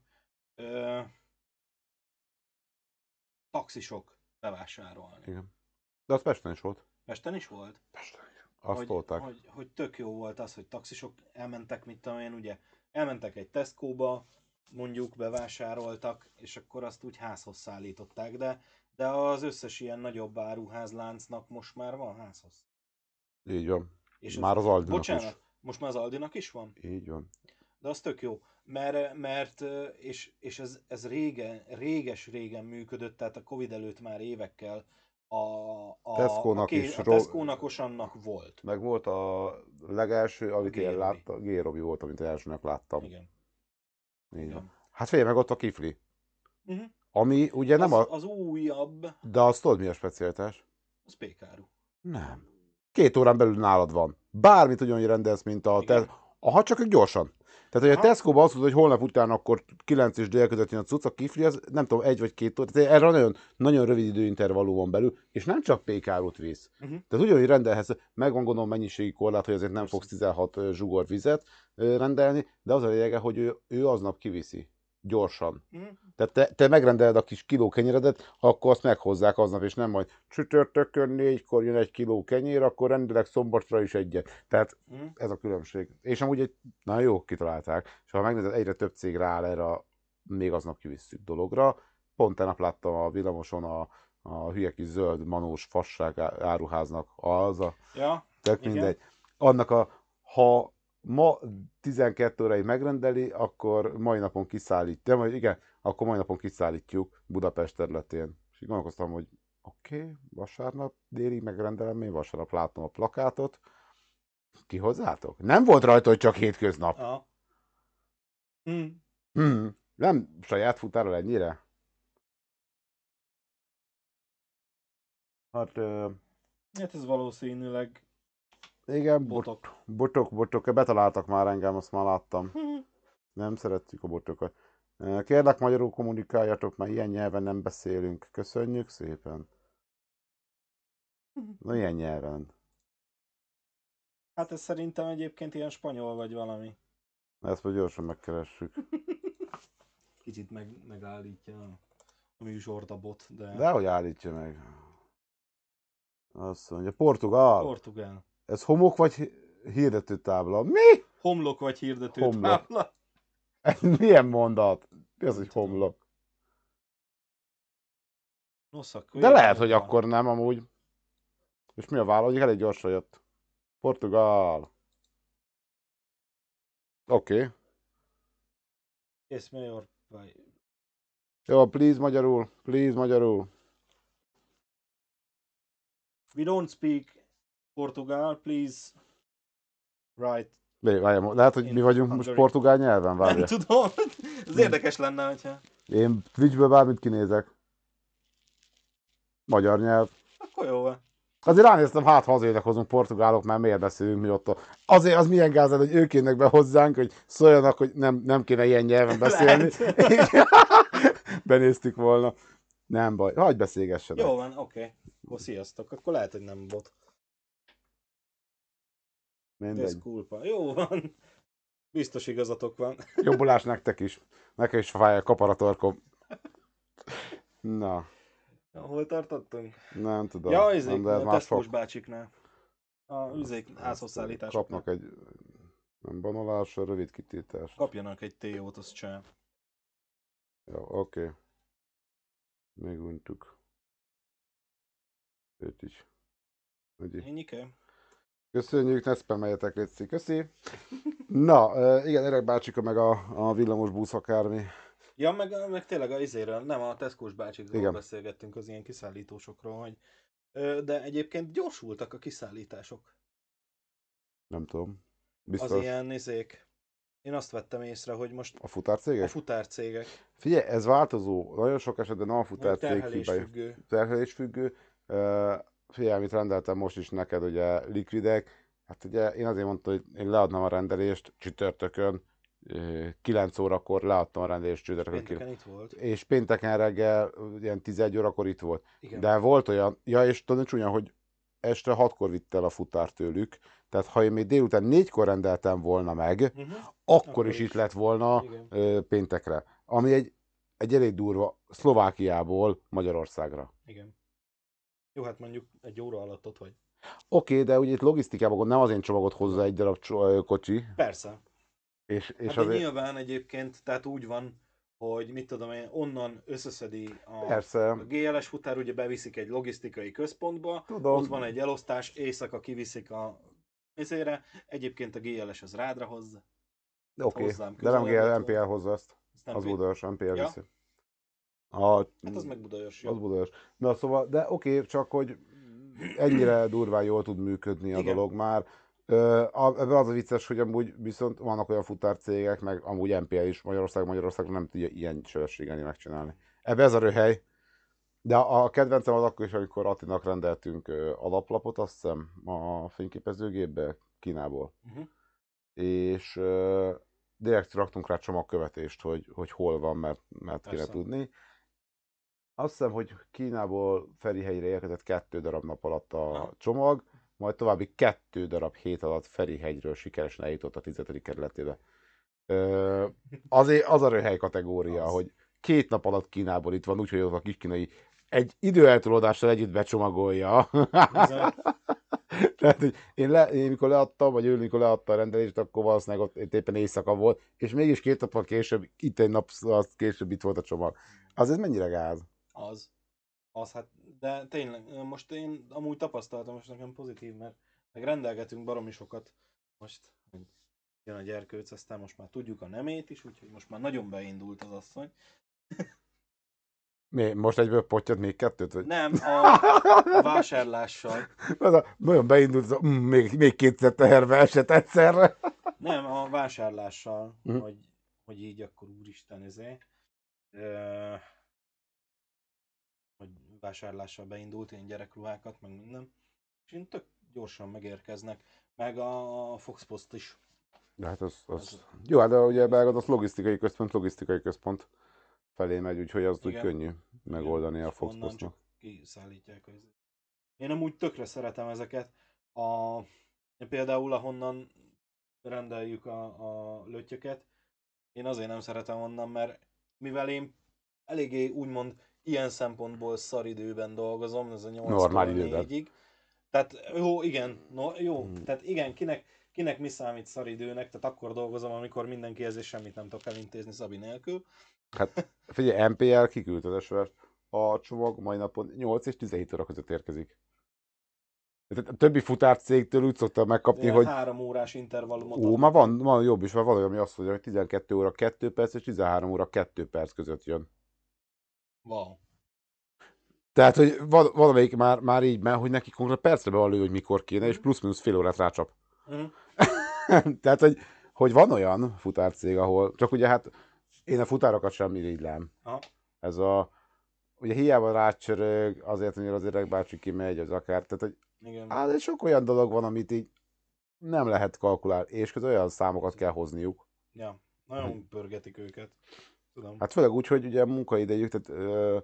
S2: ö, taxisok bevásárolni.
S1: Igen. De az Pesten is volt.
S2: Pesten is volt?
S1: Pesten is. azt
S2: hogy,
S1: tolták.
S2: hogy, hogy tök jó volt az, hogy taxisok elmentek, mit tudom én, ugye, elmentek egy Tesco-ba, mondjuk bevásároltak, és akkor azt úgy házhoz szállították, de, de az összes ilyen nagyobb áruházláncnak most már van házhoz.
S1: Így van.
S2: És
S1: Már
S2: az,
S1: az Aldinak
S2: bocsánat,
S1: is.
S2: most már az Aldinak is van?
S1: Így van.
S2: De az tök jó, mert, mert és, és ez, ez régen, réges-régen működött, tehát a Covid előtt már évekkel a, a, a,
S1: Tesco-nak
S2: ké,
S1: is.
S2: a
S1: Ro-
S2: Tesco-nak osannak volt.
S1: meg volt a legelső, amit én
S2: G-Robi.
S1: láttam. G-Robi volt, amit elsőnek láttam.
S2: Igen.
S1: Így van.
S2: Igen.
S1: Hát figyelj meg ott a kifli.
S2: Uh-huh.
S1: Ami ugye nem
S2: Az,
S1: a...
S2: az újabb,
S1: De azt tudod mi a specialitás?
S2: az pékáru.
S1: Nem. Két órán belül nálad van. Bármit ugyanúgy rendelsz, mint a...
S2: Igen.
S1: Te... Aha, csak ők gyorsan. Tehát, hogy a
S2: Aha.
S1: Tesco-ban azt mondod, hogy holnap után akkor kilenc és dél között jön a cucc, a kifli, az nem tudom, egy vagy két óra. Tehát erre nagyon, nagyon rövid időintervallum van belül, és nem csak pékárút visz.
S2: Uh-huh.
S1: Tehát ugyanúgy rendelhetsz, megvan gondolom mennyiségi korlát, hogy azért nem
S2: Persze.
S1: fogsz tizenhat zsugor vizet ö, rendelni, de az a lényege, hogy ő, ő aznap kiviszi. Gyorsan.
S2: Uh-huh.
S1: Tehát te, te megrendeled a kis kiló kenyeredet, akkor azt meghozzák aznap, és nem majd csütörtökön négykor jön egy kiló kenyér, akkor rendelek szombatra is egyet. Tehát
S2: Uh-huh.
S1: ez a különbség. És amúgy egy, nagyon jó kitalálták, és ha megnézed, egyre több cég rááll erre a még aznap kivisszük dologra. Pont tegnap láttam a villamoson a, a hülye kis zöld manós fasság áruháznak az a...
S2: Ja,
S1: tök
S2: igen.
S1: mindegy. Annak a... Ha ma tizenkét óráig megrendeli, akkor mai napon kiszállítja, vagy igen, akkor mai napon kiszállítjuk Budapest területén. És így gondolkoztam, hogy oké, okay, vasárnap délig megrendelem, én vasárnap látom a plakátot. Kihozzátok? Nem volt rajta, hogy csak hétköznap.
S2: Aha. Hmm.
S1: Hmm. Nem saját futárral ennyire? Hát, ö,
S2: Hát ez valószínűleg
S1: igen, bot,
S2: botok.
S1: botok, botok, betaláltak már engem, azt már láttam.
S2: Hmm.
S1: Nem szeretjük a botokat. Kérlek, magyarul kommunikáljatok, mert ilyen nyelven nem beszélünk. Köszönjük szépen. Na, ilyen nyelven.
S2: Hát ez szerintem egyébként ilyen spanyol vagy valami.
S1: Ezt majd gyorsan megkeressük.
S2: Kicsit meg, megállítja a műsort a bot, de...
S1: De hogy állítja meg? Azt mondja, Portugál.
S2: Portugál.
S1: Ez homok vagy hirdető tábla? Mi?
S2: Homlok vagy hirdető
S1: Homlok.
S2: tábla.
S1: Ez milyen mondat? Mi az, hogy
S2: tudom.
S1: homlok?
S2: Nos, akkor
S1: De
S2: jön
S1: lehet,
S2: a-
S1: hogy akkor nem amúgy. És mi a válasz? Elég gyorsan jött. Portugál. Oké. Okay.
S2: Yes, mayor. Vagy...
S1: Jó, please magyarul. Please magyarul.
S2: We don't speak Portugal, please write.
S1: Várjál, lehet, hogy
S2: Én
S1: mi vagyunk most
S2: Hungary.
S1: portugál nyelven?
S2: Nem
S1: Várjál.
S2: tudom. Ez érdekes lenne, hogyha...
S1: Én Twitchből bármit kinézek. Magyar nyelv.
S2: Akkor jó van.
S1: Azért ránéztem, hát ha azért hozunk portugálok, mert miért beszélünk mi ott. Azért az milyen gáz, hogy ők jönnek be hozzánk, hogy szóljanak, hogy nem, nem kéne ilyen nyelven beszélni. Benéztük volna. Nem baj, hagyj beszélgessenek.
S2: Jó van, oké. Okay. Akkor sziasztok. Akkor lehet, hogy nem bot. Ez
S1: Mindegy.
S2: kulpa. Jó van. Biztos igazatok van.
S1: Jobbulás nektek is. Nekem is fáj a kaparatorkom. Na,
S2: Hol tartottunk?
S1: nem tudom.
S2: Ja,
S1: nem,
S2: izék,
S1: de ez
S2: a
S1: már
S2: Tesco-s
S1: sok.
S2: bácsiknál. A üzék házhoz szállításoknál.
S1: Kapnak egy nem banolásra, rövid kitiltás.
S2: Kapjanak egy téót, az csá.
S1: Jó, oké. Okay. Még untuk. Őt is. Ugye.
S2: Ennyike?
S1: Köszönjük, ne spammeljetek, létszik. Köszi. Na, uh, igen, Erek bácsika meg a, a villamos busz akármi.
S2: Ja, meg, meg tényleg a izéről, nem a Tesco-s bácsikról
S1: Igen.
S2: beszélgettünk az ilyen kiszállítósokról, hogy ö, de egyébként gyorsultak a kiszállítások.
S1: Nem tudom. Biztos.
S2: Az ilyen izék. Én azt vettem észre, hogy most
S1: A futárcégek?
S2: a futárcégek,
S1: Figyelj, ez változó. Nagyon sok esetben nem a futárcég hibája.
S2: terhelésfüggő.
S1: Terhelésfüggő. Uh, figyelj, amit rendeltem most is neked, ugye likvidek. Hát ugye én azért mondtam, hogy én leadnám a rendelést csütörtökön, kilenc órakor leadtam a rendelést csütörtökön.
S2: Pénteken itt volt.
S1: És pénteken reggel ilyen tizenegy órakor itt volt.
S2: Igen.
S1: De volt olyan, ja és tudod, csúnya, hogy este hatkor vitt el a futár tőlük, tehát ha én még délután négykor rendeltem volna meg,
S2: Uh-huh.
S1: akkor,
S2: Akkor
S1: is
S2: is.
S1: itt lett volna
S2: Igen.
S1: ö, péntekre. Ami egy, egy elég durva, Szlovákiából Magyarországra.
S2: Igen. Jó, hát mondjuk egy óra alatt ott vagy.
S1: Oké, de ugye itt logisztikában gond, nem az én csomagot hozza
S2: Tudom.
S1: egy darab cso- kocsi,
S2: Persze.
S1: és, és
S2: Hát de
S1: azért
S2: nyilván egyébként, tehát úgy van, hogy mit tudom én, onnan összeszedi a,
S1: persze,
S2: a gé el es futár, ugye beviszik egy logisztikai központba, ott van
S1: tudom,
S2: egy elosztás, éjszaka kiviszik a ezére, egyébként a gé el es az rádra hozza, tehát
S1: oké,
S2: hozzám
S1: de nem
S2: közelebb lett
S1: em pé el
S2: volna.
S1: hozza azt,
S2: Ezt nem
S1: az
S2: pi-
S1: Budaörs, em pé el
S2: Ja,
S1: viszi. A,
S2: hát az meg Budaörs,
S1: az
S2: jó.
S1: Budaörs. Na szóval, de oké, csak hogy ennyire durván jól tud működni a
S2: Igen.
S1: dolog már. Ö, a, ebben az a vicces, hogy amúgy viszont vannak olyan futárcégek, meg amúgy em pé el is Magyarország, Magyarországon nem tudja ilyen sebességgel megcsinálni. Ebbe ez a röhely. De a, a kedvencem az akkor is, amikor Attinak rendeltünk ö, alaplapot, azt hiszem, a fényképezőgépbe Kínából.
S2: Uh-huh.
S1: És ö, direkt raktunk rá csomagkövetést, hogy, hogy hol van, mert, mert kéne
S2: Persze.
S1: tudni. Azt hiszem, hogy Kínából Ferihegyre érkezett kettő darab nap alatt a
S2: Aha.
S1: csomag, majd további kettő darab hét alatt Ferihegyről sikeresen eljutott a tizedik kerületébe. Ö, azért az a röhely kategória,
S2: Az.
S1: hogy két nap alatt Kínából itt van, úgyhogy az a kis kínai egy időeltolódással együtt becsomagolja.
S2: Bizony.
S1: Tehát, hogy én, le, én mikor leadtam, vagy ő mikor leadta a rendelést, akkor valószínűleg ott éppen éjszaka volt, és mégis két nappal később, itt egy nap az később itt volt a csomag. Azért mennyire gáz?
S2: Az. Az hát, de tényleg, most én amúgy tapasztaltam, most nekem pozitív, mert meg rendelgetünk baromi sokat most, hogy jön a gyerkőc, aztán most már tudjuk a nemét is, úgyhogy most már nagyon beindult az asszony.
S1: Mi, most egyből pottyad még kettőt? Vagy?
S2: Nem, a, a vásárlással.
S1: Az a, nagyon beindult, az a, mm, még, még kétszer teherbe esett egyszerre.
S2: Nem, a vásárlással,
S1: Mhm.
S2: hogy, hogy így akkor úristen ezé. Ö, hogy vásárlással beindult, ilyen gyerekruhákat, meg minden. És én tök gyorsan megérkeznek. Meg a Fox Post is.
S1: De hát az, az...
S2: Az-
S1: Jó, hát de ugye belga az logisztikai központ, logisztikai központ felé megy, úgyhogy az úgy
S2: Igen.
S1: könnyű megoldani
S2: Igen,
S1: a
S2: és onnan
S1: Foxpostnak.
S2: csak kiszállítják. Az... Én amúgy tökre szeretem ezeket. A... Én például ahonnan rendeljük a, a lötyöket, én azért nem szeretem onnan, mert mivel én eléggé úgymond ilyen szempontból szaridőben dolgozom, ez a
S1: Normál
S2: nyolctól
S1: időben.
S2: négyig. Tehát jó, igen, no, jó,
S1: Hmm.
S2: tehát igen, kinek, kinek mi számít szaridőnek, tehát akkor dolgozom, amikor mindenkihez és semmit nem tudok elintézni Szabi nélkül.
S1: Hát figyelj, em pé el kiküldte az es o es-t. A csomag mai napon nyolc és tizenhét óra között érkezik. Tehát a többi futárcégtől úgy szoktam megkapni,
S2: Ilyen
S1: hogy
S2: három órás intervallumot
S1: ó, már van, van jobb is, van valami, ami azt mondja, hogy tizenkét óra kettő perc és tizenhárom óra kettő perc között jön.
S2: Wow.
S1: Tehát, hogy val- valamelyik már, már így megy, hogy neki konkrét percre be van lő, hogy mikor kéne, és
S2: Mhm.
S1: plusz-minusz fél órát rácsap.
S2: Mhm.
S1: Tehát, hogy, hogy van olyan futárcég, ahol, csak ugye hát én a futárokat sem irigylem.
S2: Aha.
S1: Ez a, ugye hiába rácsörög, azért, hogy az öreg bácsi kimegy, az akár, tehát, hogy
S2: Igen.
S1: á, de sok olyan dolog van, amit így nem lehet kalkulálni, és közben olyan számokat kell hozniuk.
S2: Ja, nagyon pörgetik őket. Tudom.
S1: Hát főleg úgy, hogy ugye a munkaidejük, tehát ö,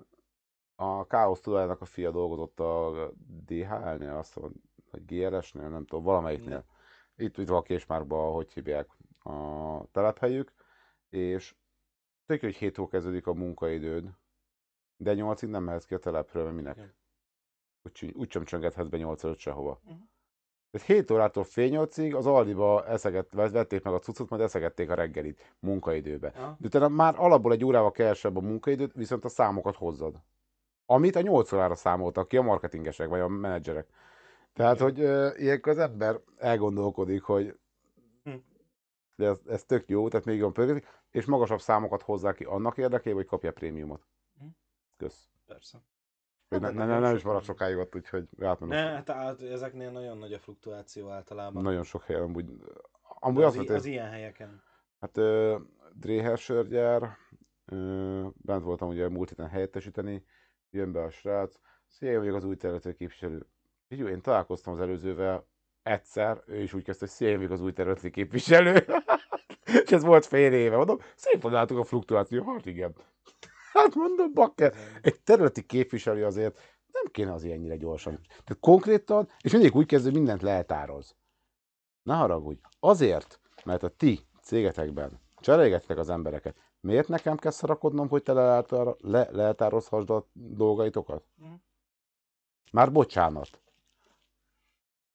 S1: a Káosz tulajnak a fia dolgozott a dé há el-nél, azt mondom, vagy gé er es-nél, nem tudom, valamelyiknél. Itt, itt van a Késmárban, hogy hívják a telephelyük, és tök, hogy hét óra kezdődik a munkaidőd, de nyolcig nem mehetsz ki a telepről, mert minek?
S2: Igen.
S1: Úgy, úgy sem csöngethetsz be nyolc előtt sehova.
S2: Mhm.
S1: Tehát hét órától fél nyolcig az Aldiba eszeget, vették meg a cuccot, majd eszegették a reggelit munkaidőbe.
S2: Aha.
S1: De utána már alapból egy órával kevesebb a munkaidőt, viszont a számokat hozzad. Amit a nyolc órára számoltak ki a marketingesek, vagy a menedzserek. Tehát,
S2: Igen.
S1: hogy uh, ilyenkor az ember elgondolkodik, hogy
S2: Hm.
S1: de ez, ez tök jó, tehát még jobban pörgetik, és magasabb számokat hozzá ki annak érdekében, hogy kapja prémiumot.
S2: Hm.
S1: Kösz.
S2: Persze.
S1: Hogy
S2: Hát
S1: ne, ne,
S2: ennek
S1: ne, nem
S2: sok
S1: is marad
S2: van.
S1: sokáig ott, úgyhogy átmenem.
S2: Ne, hát át, ezeknél nagyon nagy a fluktuáció általában.
S1: Nagyon sok helyen amúgy. Amúgy
S2: De
S1: azt
S2: az, i-
S1: mondta,
S2: az ilyen helyeken.
S1: hát ö, Dréher sörgyár, ö, bent voltam ugye múlt héten helyettesíteni, jön be a srác, szia, én vagyok az új területő képviselő. Figyelj, én találkoztam az előzővel egyszer, ő is úgy kezdte, hogy szia, én vagyok az új területő képviselő. És ez volt fél éve, mondom, szépen láttuk a fluktuáció, hát igen. Hát mondom, bakker, egy területi képviselő azért nem kéne az ennyire gyorsan. Tehát konkrétan, és mindig úgy kezdő, mindent leeltároz. Ne haragudj, azért, mert a ti cégetekben cserélgettek az embereket, miért nekem kell szarakodnom, hogy te leeltár, le, leeltározhassd a dolgaitokat?
S2: Mhm.
S1: Már bocsánat.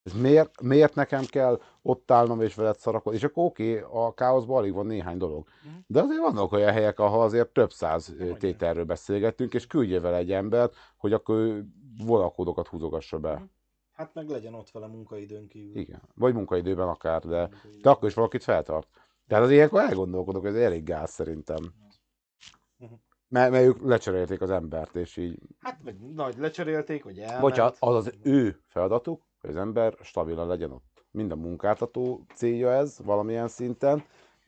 S1: Ez miért, miért nekem kell ott állnom és veled szarakodni? És akkor oké, okay, a káoszban alig van néhány dolog.
S2: Uh-huh.
S1: De azért vannak olyan helyek, ahol azért több száz
S2: Nem
S1: tételről beszélgettünk, és küldje vele egy embert, hogy akkor ő vonalkódokat húzogassa be.
S2: Uh-huh. Hát meg legyen ott vele munkaidőn kívül.
S1: Igen. Vagy munkaidőben akár, de, de akkor is valakit feltart. Tehát az ilyenkor elgondolkodok, ez elég gáz szerintem.
S2: Uh-huh.
S1: Mert, mert ők lecserélték az embert, és így...
S2: Hát vagy nagy lecserélték, vagy elment.
S1: Bocsánat, az az ő feladatuk, hogy az ember stabilan legyen ott. Mind a munkáltató célja ez, valamilyen szinten.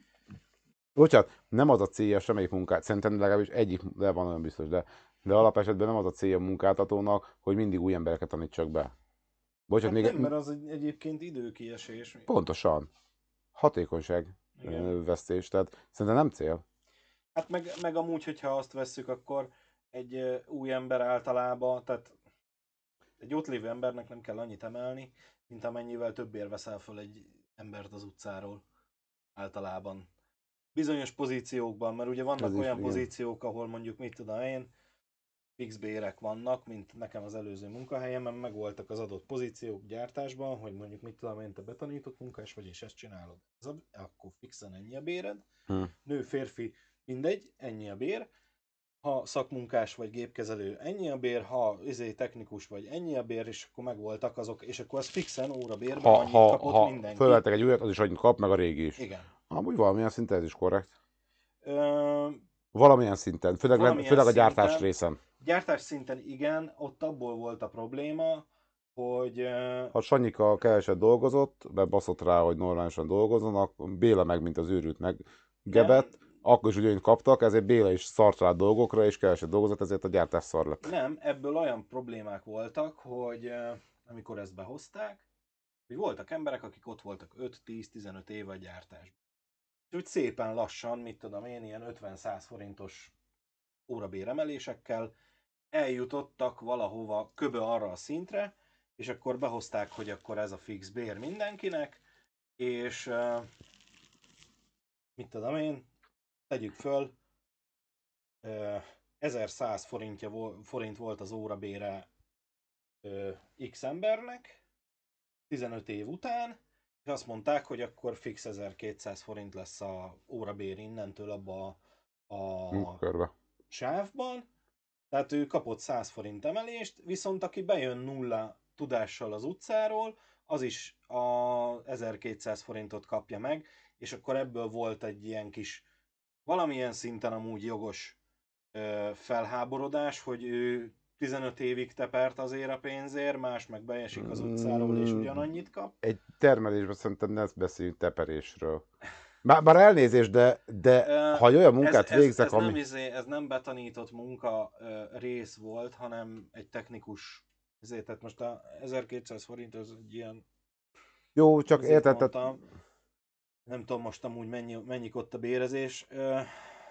S1: Bocsánat, nem az a célja semmelyik munkát, szerintem legalábbis egyik, de van olyan biztos, de, de alapesetben nem az a célja a munkáltatónak, hogy mindig új embereket tanítsak be. Bocsánat,
S2: Hát
S1: még...
S2: nem, mert az egy, egyébként időkiesés.
S1: Pontosan. Hatékonyság
S2: Igen.
S1: vesztés, tehát szerintem nem cél.
S2: Hát meg, meg amúgy, hogyha azt vesszük, akkor egy uh, új ember általában, tehát egy ott lévő embernek nem kell annyit emelni, mint amennyivel többért veszel föl egy embert az utcáról általában. Bizonyos pozíciókban, mert ugye vannak
S1: Ez is,
S2: olyan
S1: igen.
S2: pozíciók, ahol mondjuk mit tudom én, fix bérek vannak, mint nekem az előző munkahelyemen, meg voltak az adott pozíciók gyártásban, hogy mondjuk mit tudom én, te betanított munkás vagy, és ezt csinálod. Ez a, akkor fixen ennyi a béred.
S1: Hm.
S2: Nő, férfi, mindegy, ennyi a bér. Ha szakmunkás vagy gépkezelő, ennyi a bér, ha izé technikus vagy, ennyi a bér, és akkor megvoltak azok, és akkor az fixen órabérben
S1: Ha,
S2: annyit
S1: ha,
S2: kapott
S1: ha
S2: mindenki.
S1: fölvettek egy újat, az is annyit kap, meg a régi is.
S2: Igen.
S1: Amúgy valamilyen szinten ez is korrekt.
S2: Ö,
S1: Valamilyen szinten, főleg,
S2: Valamilyen
S1: főleg a gyártás
S2: szinten.
S1: részen.
S2: gyártás szinten igen, ott abból volt a probléma, hogy... ö,
S1: Ha Sanyika keveset dolgozott, bebaszott rá, hogy normálisan dolgozzanak, Béla meg, mint az őrült meg gebett, akkor is ugyanúgy kaptak, ezért Béla is szart rá dolgokra, és keveset dolgozott, ezért a gyártás szar lett.
S2: Nem, ebből olyan problémák voltak, hogy ö, amikor ezt behozták, hogy voltak emberek, akik ott voltak öt-tíz-tizenöt éve a gyártásban. És úgy szépen lassan, mit tudom én, ilyen ötven-száz forintos órabéremelésekkel eljutottak valahova köbö arra a szintre, és akkor behozták, hogy akkor ez a fix bér mindenkinek, és uh, mit tudom én, tegyük föl, uh, ezerszáz forintja, vo- forint volt az órabére uh, X embernek, tizenöt év után, és azt mondták, hogy akkor fix ezerkétszáz forint lesz a órabér innentől abba a, a
S1: Körbe.
S2: sávban, tehát ő kapott száz forint emelést, viszont aki bejön nulla tudással az utcáról, az is a ezerkétszáz forintot kapja meg, és akkor ebből volt egy ilyen kis, valamilyen szinten amúgy jogos ö, felháborodás, hogy ő tizenöt évig tepert azért a pénzért, más meg beesik az utcáról és ugyanannyit kap.
S1: Egy termelésben szerintem ne beszéljünk teperésről. Bár, bár elnézést, de, de
S2: Ö,
S1: ha olyan munkát
S2: ez, ez,
S1: végzek,
S2: ez,
S1: ami...
S2: nem, izé, ez nem betanított munka ö, rész volt, hanem egy technikus, ezért, tehát most a ezerkétszáz forint az egy ilyen,
S1: Jó, csak
S2: ezért
S1: érted, tehát-
S2: mondtam, nem tudom most amúgy mennyi, mennyik ott a bérezés. Ö,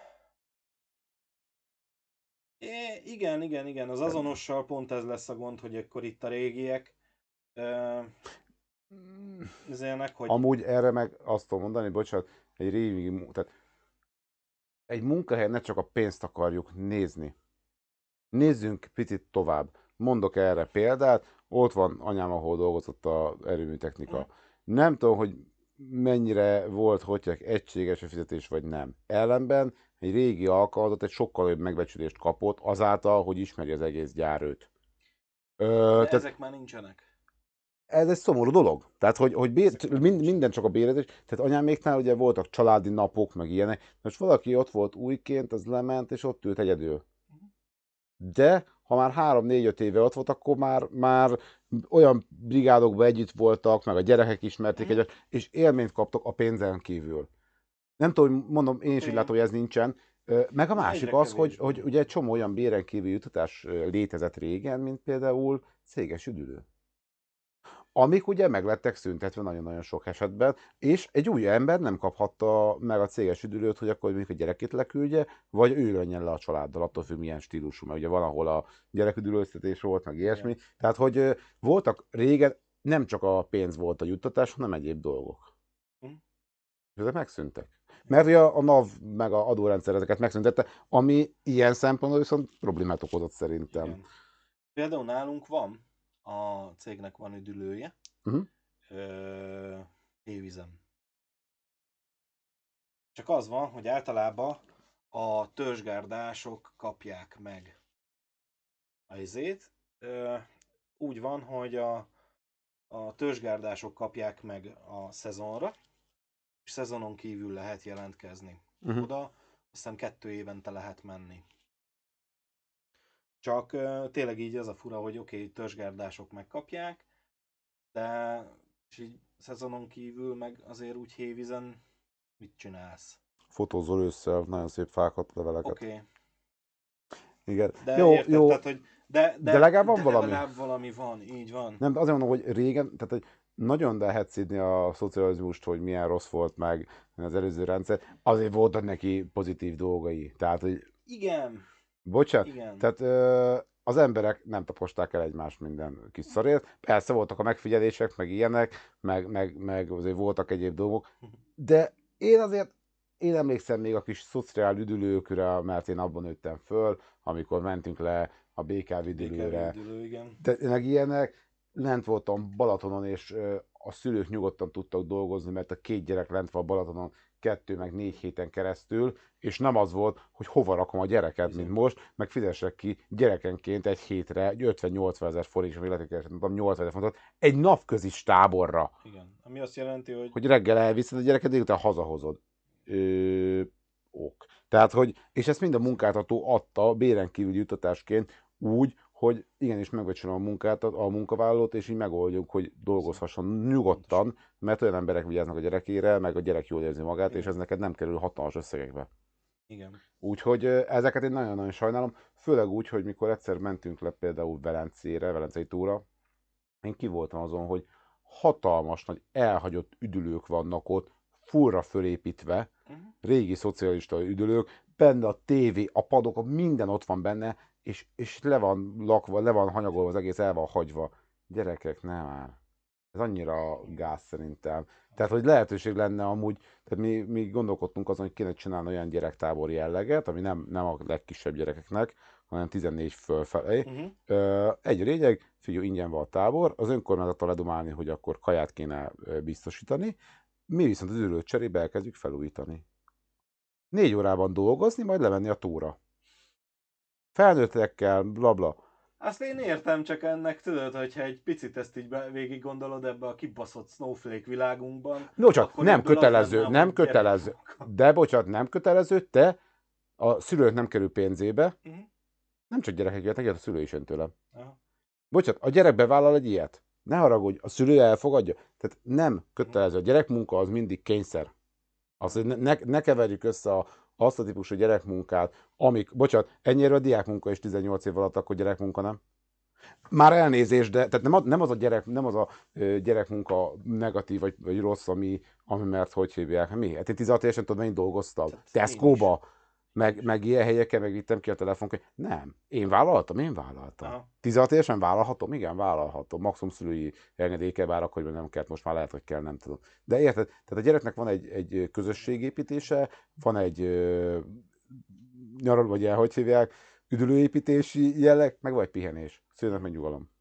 S2: é, igen, igen, igen, az azonossal pont ez lesz a gond, hogy akkor itt a régiek ö, üzélnek, hogy
S1: Amúgy erre meg azt tudom mondani, bocsánat, egy régi, mu- tehát egy munkahelyen ne csak a pénzt akarjuk nézni. Nézzünk picit tovább. Mondok erre példát, ott van anyám, ahol dolgozott a erőműtechnika. Nem tudom, hogy mennyire volt, hogy egységes a fizetés, vagy nem. Ellenben egy régi alkalmazott egy sokkal jobb megbecsülést kapott azáltal, hogy ismeri az egész gyárőt. Ö,
S2: de
S1: tehát
S2: ezek már nincsenek.
S1: ez egy szomorú dolog. Tehát, hogy, hogy bér, mind, minden csak a bérezés. Tehát anyáméknál ugye voltak családi napok, meg ilyenek. Most valaki ott volt újként, az lement, és ott ült egyedül. De ha már három-négy-öt éve ott volt, akkor már, már olyan brigádokban együtt voltak, meg a gyerekek ismerték
S2: Mhm.
S1: egyet, és élményt kaptak a pénzen kívül. Nem tudom, hogy mondom, én is így
S2: Oké.
S1: látom, hogy ez nincsen. Ö, Meg a
S2: Ez
S1: másik
S2: egyre
S1: az, hogy,
S2: kevésbé.
S1: hogy ugye egy csomó olyan béren kívüli jutatás ö, létezett régen, mint például céges üdülő. Amik ugye meg lettek szüntetve nagyon-nagyon sok esetben, és egy új ember nem kaphatta meg a céges üdülőt, hogy akkor mondjuk a gyerekét leküldje, vagy ő menjen le a családdal, attól függ milyen stílusú, mert ugye van, ahol a gyereküdülőztetés volt, meg ilyesmi.
S2: Igen.
S1: Tehát, hogy ö, voltak régen, nem csak a pénz volt a juttatás, hanem egyéb dolgok.
S2: Mhm.
S1: És ezek megszűntek. Mert ugye a NAV meg a adórendszer ezeket megszüntette, ami ilyen szempontból viszont problémát okozott szerintem.
S2: Igen. Például nálunk van, a cégnek van üdülője,
S1: Uh-huh.
S2: ö, hévízem. Csak az van, hogy általában a törzsgárdások kapják meg a izét. Ö, úgy van, hogy a, a törzsgárdások kapják meg a szezonra, és szezonon kívül lehet jelentkezni.
S1: Uh-huh.
S2: Oda azt hiszem kettő évente lehet menni. Csak ö, tényleg így az a fura, hogy oké, okay, törzsgárdások megkapják, de és így szezonon kívül meg azért úgy hévízen mit csinálsz?
S1: Fotózol ősszel nagyon szép fákat, leveleket.
S2: Oké. Okay.
S1: Igen.
S2: De
S1: jó,
S2: érted,
S1: jó.
S2: Tehát, hogy de, de,
S1: de legalább van
S2: de
S1: valami.
S2: legalább valami van, így van.
S1: Nem, azért mondom, hogy régen, tehát hogy nagyon lehet szidni a szocializmust, hogy milyen rossz volt meg az előző rendszer, azért voltak neki pozitív dolgai. Tehát, hogy...
S2: Igen.
S1: Bocsánat,
S2: Igen.
S1: tehát ö, az emberek nem taposták el egymást minden kis szarért. Persze voltak a megfigyelések, meg ilyenek, meg, meg, meg azért voltak egyéb dolgok, de én azért, én emlékszem még a kis szociál üdülőkre, mert én abban nőttem föl, amikor mentünk le a bé ká üdülőre.
S2: Üdülő, igen.
S1: De meg ilyenek, lent voltam Balatonon, és ö, a szülők nyugodtan tudtak dolgozni, mert a két gyerek lent van Balatonon kettő meg négy héten keresztül, és nem az volt, hogy hova rakom a gyereket, mint most, meg fizessek ki gyerekenként egy hétre ötven-nyolcvan ezer forint, és illetékesen mondtam nyolcvan ezer forintot, egy napközis táborra.
S2: Igen. Ami azt jelenti, hogy...
S1: Hogy reggel elviszed a gyereket, délután hazahozod. Ö, ok. Tehát, hogy, és ezt mind a munkáltató adta béren kívüli jutatásként úgy, hogy igenis megbecsülöm a munkát, a munkavállalót, és így megoldjuk, hogy dolgozhasson nyugodtan, mert olyan emberek vigyáznak a gyerekére, meg a gyerek jól érzi magát,
S2: Igen.
S1: és ez neked nem kerül hatalmas összegekbe.
S2: Igen.
S1: Úgyhogy ezeket én nagyon-nagyon sajnálom, főleg úgy, hogy mikor egyszer mentünk le például Velencére, Velencei túra, én ki voltam azon, hogy hatalmas nagy elhagyott üdülők vannak ott, fullra fölépítve, uh-huh. régi szocialista üdülők, benne a tévé, a padok, minden ott van benne, és, és le van lakva, le van hanyagolva az egész, el van hagyva. Gyerekek, nem már. Ez annyira gáz szerintem. Tehát, hogy lehetőség lenne amúgy, tehát mi, mi gondolkodtunk azon, hogy kéne csinálni olyan gyerektábor jelleget, ami nem, nem a legkisebb gyerekeknek, hanem tizennégy fölfelé. Uh-huh. Egy lényeg, figyelj, ingyen van a tábor, az önkormányzattal ledumálni, hogy akkor kaját kéne biztosítani, mi viszont az ülőt cserébe elkezdjük felújítani. Négy órában dolgozni, majd lemenni a túra. Felnőttekkel, blabla.
S2: Azt én értem, csak ennek tudod, hogyha egy picit ezt így végig gondolod ebbe a kibaszott snowflake világunkban.
S1: No, csak nem kötelező, lenne, nem kötelező. De bocsánat, nem kötelező, te a szülők nem kerül pénzébe, uh-huh. nem csak gyerekek jöttek, a szülő is jön tőlem. Uh-huh. Bocsánat, a gyerek bevállal egy ilyet. Ne haragudj, a szülő elfogadja. Tehát nem kötelező. A gyerekmunka az mindig kényszer. Az, hogy ne, ne keverjük össze a, azt a típusú gyerekmunkát, amik, bocsánat, ennyire a diákmunka is tizennyolc év alatt, akkor gyerekmunka, nem? Már elnézés, de tehát nem, nem az a gyerek, nem az a ö, gyerekmunka negatív vagy, vagy rossz, ami, ami mert hogy hívják. Mi? Hát én tizenhat évesen tudod, mennyit dolgoztam? Tesco-ba, meg, meg ilyen helyeken, meg vittem ki a telefonkönyv. Nem. Én vállaltam, én vállaltam. Aha. tizenhat évesen vállalhatom? Igen, vállalhatom. Maximum szülői engedéke, bár akkor, hogy nem kellett, most már lehet, hogy kell, nem tudom. De érted? Tehát a gyereknek van egy, egy közösségépítése, van egy ö, nyaral, vagy el, hogy hívják, üdülőépítési jelleg, meg vagy pihenés. Szülőnek meg nyugalom.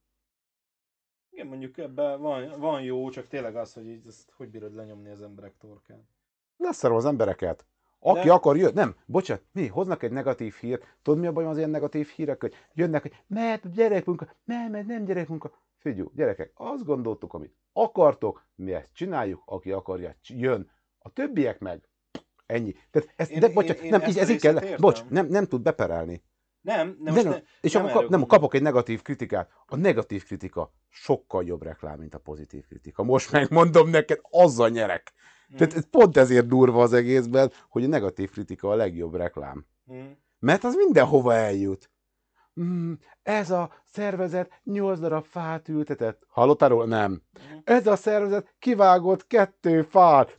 S2: Igen, mondjuk ebben van, van jó, csak tényleg az, hogy így ezt hogy bírod lenyomni az emberek torkán.
S1: Leszarom az embereket. Aki de... akar, jön. Nem, bocsánat, mi? Hoznak egy negatív hírt. Tudod, mi a bajom az ilyen negatív hírek? Hogy jönnek, hogy mert gyerekmunka, nem, mert nem gyerekmunka. Figyelj, gyerekek, azt gondoltuk, amit akartok, mi ezt csináljuk, aki akarja, jön. A többiek meg, ennyi. Tehát ezt, én, de bocsánat, én, nem, így, ez így kell, értem. Bocs, nem, nem tud beperelni.
S2: Nem, nem, most
S1: nem,
S2: ne,
S1: és nem akkor kap, nem, kapok egy negatív kritikát. A negatív kritika sokkal jobb reklám, mint a pozitív kritika. Most megmondom neked, azzal nyerek. Mm. Tehát pont ezért durva az egészben, hogy a negatív kritika a legjobb reklám. Mm. Mert az mindenhova eljut. Mm, ez a szervezet nyolc darab fát ültetett. Hallottál róla? Nem. Mm. Ez a szervezet kivágott kettő fát.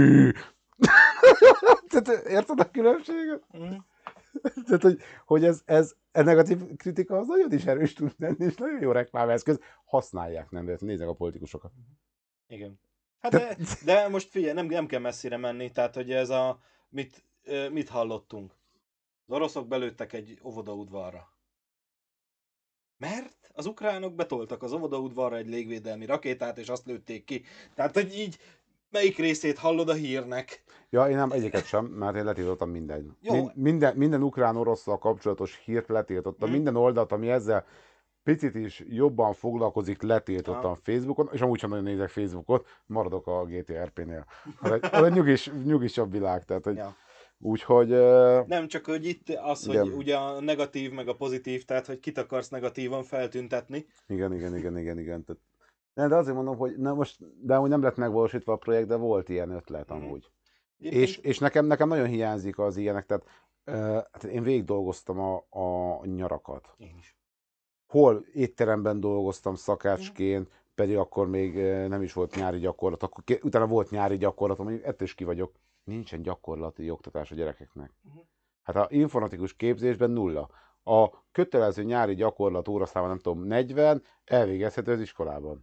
S1: Érted a különbséget? Mm. Tehát, hogy, hogy ez, ez a negatív kritika az nagyon is erős tud lenni, és nagyon jó reklámeszköz. Használják, nem véletlenül, nézzek a politikusokat.
S2: Igen. Hát de, de most figyelj, nem, nem kell messzire menni, tehát hogy ez a, mit, mit hallottunk? Az oroszok belőttek egy óvodaudvarra. Mert az ukránok betoltak az óvodaudvarra egy légvédelmi rakétát, és azt lőtték ki. Tehát, hogy így melyik részét hallod a hírnek?
S1: Ja, én nem egyiket sem, mert én letiltottam minden.
S2: Jó.
S1: Min- minden, minden ukrán-orosszal kapcsolatos hírt letiltottam.
S2: Hm?
S1: Minden oldalt, ami ezzel picit is jobban foglalkozik, letiltottam
S2: Ja.
S1: Facebookon, és amúgy sem nagyon nézek Facebookot, maradok a gé té er pé-nél. Az egy, az egy nyugis, nyugisabb világ, tehát hogy
S2: Ja.
S1: úgyhogy... Uh,
S2: Nem, csak hogy itt az, hogy
S1: igen.
S2: ugye a negatív meg a pozitív, tehát hogy kit akarsz negatívan feltüntetni.
S1: Igen, igen, igen, igen, igen. Tehát, ne, de azért mondom, hogy na most, de amúgy nem lett megvalósítva a projekt, de volt ilyen ötlet amúgy.
S2: Egyébként...
S1: És, és nekem, nekem nagyon hiányzik az ilyenek, tehát uh, hát én végig dolgoztam a, a nyarakat.
S2: Én is.
S1: Hol étteremben dolgoztam szakácsként, pedig akkor még nem is volt nyári gyakorlat, akkor utána volt nyári gyakorlat, mondjuk ettől is ki vagyok. Nincsen gyakorlati oktatás a gyerekeknek. Hát a informatikus képzésben nulla. A kötelező nyári gyakorlat óraszáma nem tudom, negyven, elvégezhető az iskolában.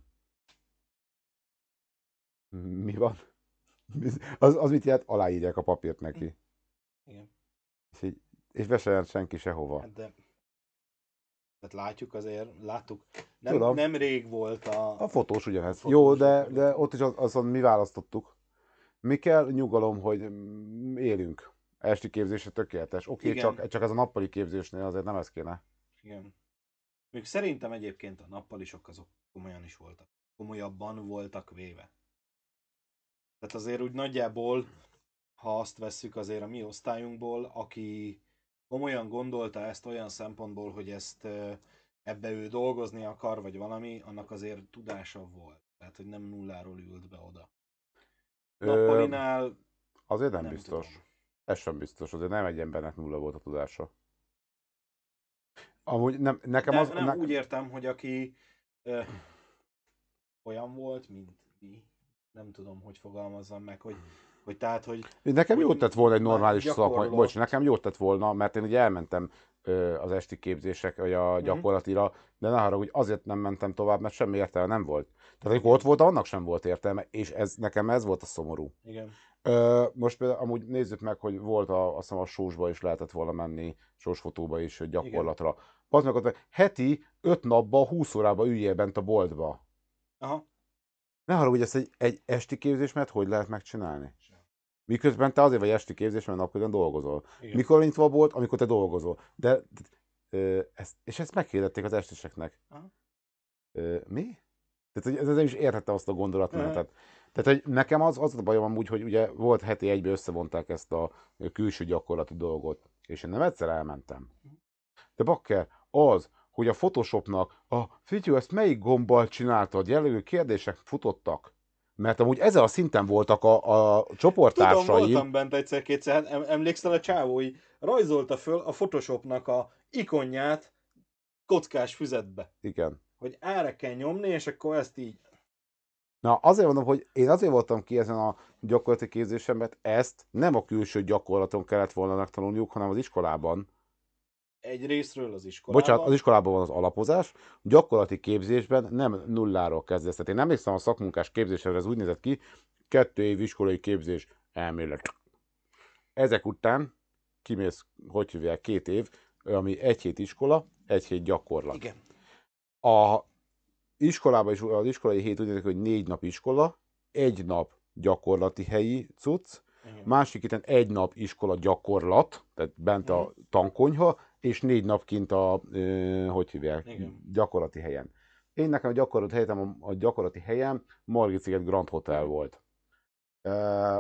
S1: Mi van? Az, az mit jelent? Aláírják a papírt neki.
S2: Igen.
S1: És, így, és be se jelent senki sehova.
S2: Hát de... Tehát látjuk azért, láttuk. Nem, nem rég volt a...
S1: A fotós ugyanez.
S2: A
S1: Jó,
S2: fotós
S1: de, de ott is az, azon mi választottuk. Mi kell? Nyugalom, hogy élünk. Esti képzésre tökéletes. Oké, okay, csak, csak ez a nappali képzésnél azért nem ez kéne.
S2: Igen. Még szerintem egyébként a nappalisok azok komolyan is voltak. Komolyabban voltak véve. Tehát azért úgy nagyjából, ha azt vesszük azért a mi osztályunkból, aki komolyan gondolta ezt olyan szempontból, hogy ezt ebbe ő dolgozni akar, vagy valami, annak azért tudása volt. Tehát, hogy nem nulláról ült be oda. Nappalinál...
S1: Azért nem, nem biztos.
S2: Tudom.
S1: Ez sem biztos, azért nem egy embernek nulla volt a tudása. Amúgy nem, nekem
S2: nem,
S1: az...
S2: Nem,
S1: ne...
S2: úgy értem, hogy aki ö, olyan volt, mint mi, nem tudom, hogy fogalmazzam meg, hogy, hogy tehát, hogy...
S1: Nekem
S2: hogy
S1: jót tett volna egy normális
S2: gyakorlott...
S1: szakma, bocs, nekem jót tett volna, mert én ugye elmentem ö, az esti képzések, vagy a gyakorlatira, de ne haragudj, azért nem mentem tovább, mert semmi értelme nem volt. Tehát amikor ott voltam, annak sem volt értelme, és ez nekem ez volt a szomorú.
S2: Igen.
S1: Ö, most például amúgy nézzük meg, hogy volt a, azt hiszem a sósba is lehetett volna menni, sósfotóba is gyakorlatra. Az meg ott heti öt napba, húsz órába üljél bent a boltba.
S2: Aha.
S1: Ne haragudj, ezt egy, egy esti képzés, mert hogy lehet megcsinálni? Miközben te azért vagy esti képzés, mert napközben dolgozol. Igen. Mikor nyitva a bolt? Amikor te dolgozol. De, de ezt, és ezt meghirdették az estiseknek. Aha. Ö, mi? Tehát ez nem is értette azt a gondolatmenetet. Tehát, hogy nekem az, az a bajom amúgy, hogy ugye volt heti egybe összevonták ezt a külső gyakorlati dolgot, és én nem egyszer elmentem. De bakker, az, hogy a Photoshopnak a figyelj, ezt melyik gombbal csináltad, jellegű kérdések futottak. Mert amúgy ezen a szinten voltak a, a csoporttársaim.
S2: Tudom, voltam bent egyszer-kétszer, em- emlékszel a csávói, rajzolta föl a Photoshopnak a ikonját kockás füzetbe.
S1: Igen.
S2: Hogy erre kell nyomni, és akkor ezt így...
S1: Na, azért mondom, hogy én azért voltam ki ezen a gyakorlati képzésen, mert ezt nem a külső gyakorlaton kellett volna megtanulniuk, hanem az iskolában.
S2: Egy részről az iskolában.
S1: Bocsánat, az iskolában van az alapozás, gyakorlati képzésben nem nulláról kezdesz. Tehát én emlékszem a szakmunkás képzésre, ez úgy nézett ki, kettő év iskolai képzés elmélet. Ezek után kimész, hogy hívják, két év, ami egy hét iskola, egy hét gyakorlat.
S2: Igen.
S1: A iskolában is, az iskolai hét úgy nézik, hogy négy nap iskola, egy nap gyakorlati helyi cucc, igen. Másik héten egy nap iskola gyakorlat, tehát bent a tankonyha, és négy nap kint a, ö, hogy hívják, igen. Gyakorlati helyen. Én nekem a gyakorlati helyem, a gyakorlati helyem Margit sziget Grand Hotel volt. E,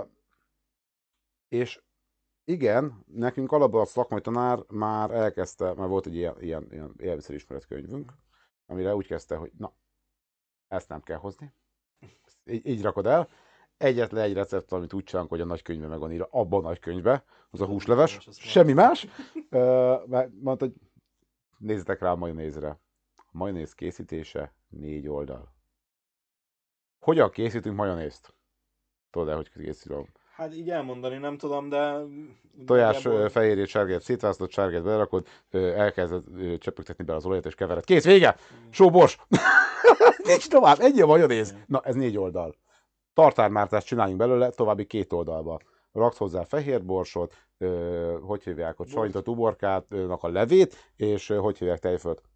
S1: és igen, nekünk alapban a szakmai tanár már elkezdte, már volt egy ilyen, ilyen, ilyen élelmiszerismeret könyvünk, amire úgy kezdte, hogy na, ezt nem kell hozni. Így, így rakod el. Egyetlen egy recept, amit úgy csinálunk, hogy a nagykönyvben meg van írva, abban a nagykönyvben, az a húsleves, semmi más. Mondta, hogy nézzetek rá a majonézre. A majonéz készítése négy oldal. Hogyan készítünk majonézt? Tudod el, hogy készül?
S2: Hát így elmondani nem tudom, de...
S1: Tojás, nagyjából... fehérjét, sárgát, szétválasztott sárgát belerakod, elkezded csöpögtetni bele az olajat és kevered. Kész, vége! Só, bors! Nincs tovább, ennyi a majonéz. Na, ez négy oldal. Tartármártást csináljunk belőle, további két oldalba. Raksz hozzá fehérborsot, hogy hívják ott, sajtot, uborkátnak a levét, és hogy hívják, tejfölt.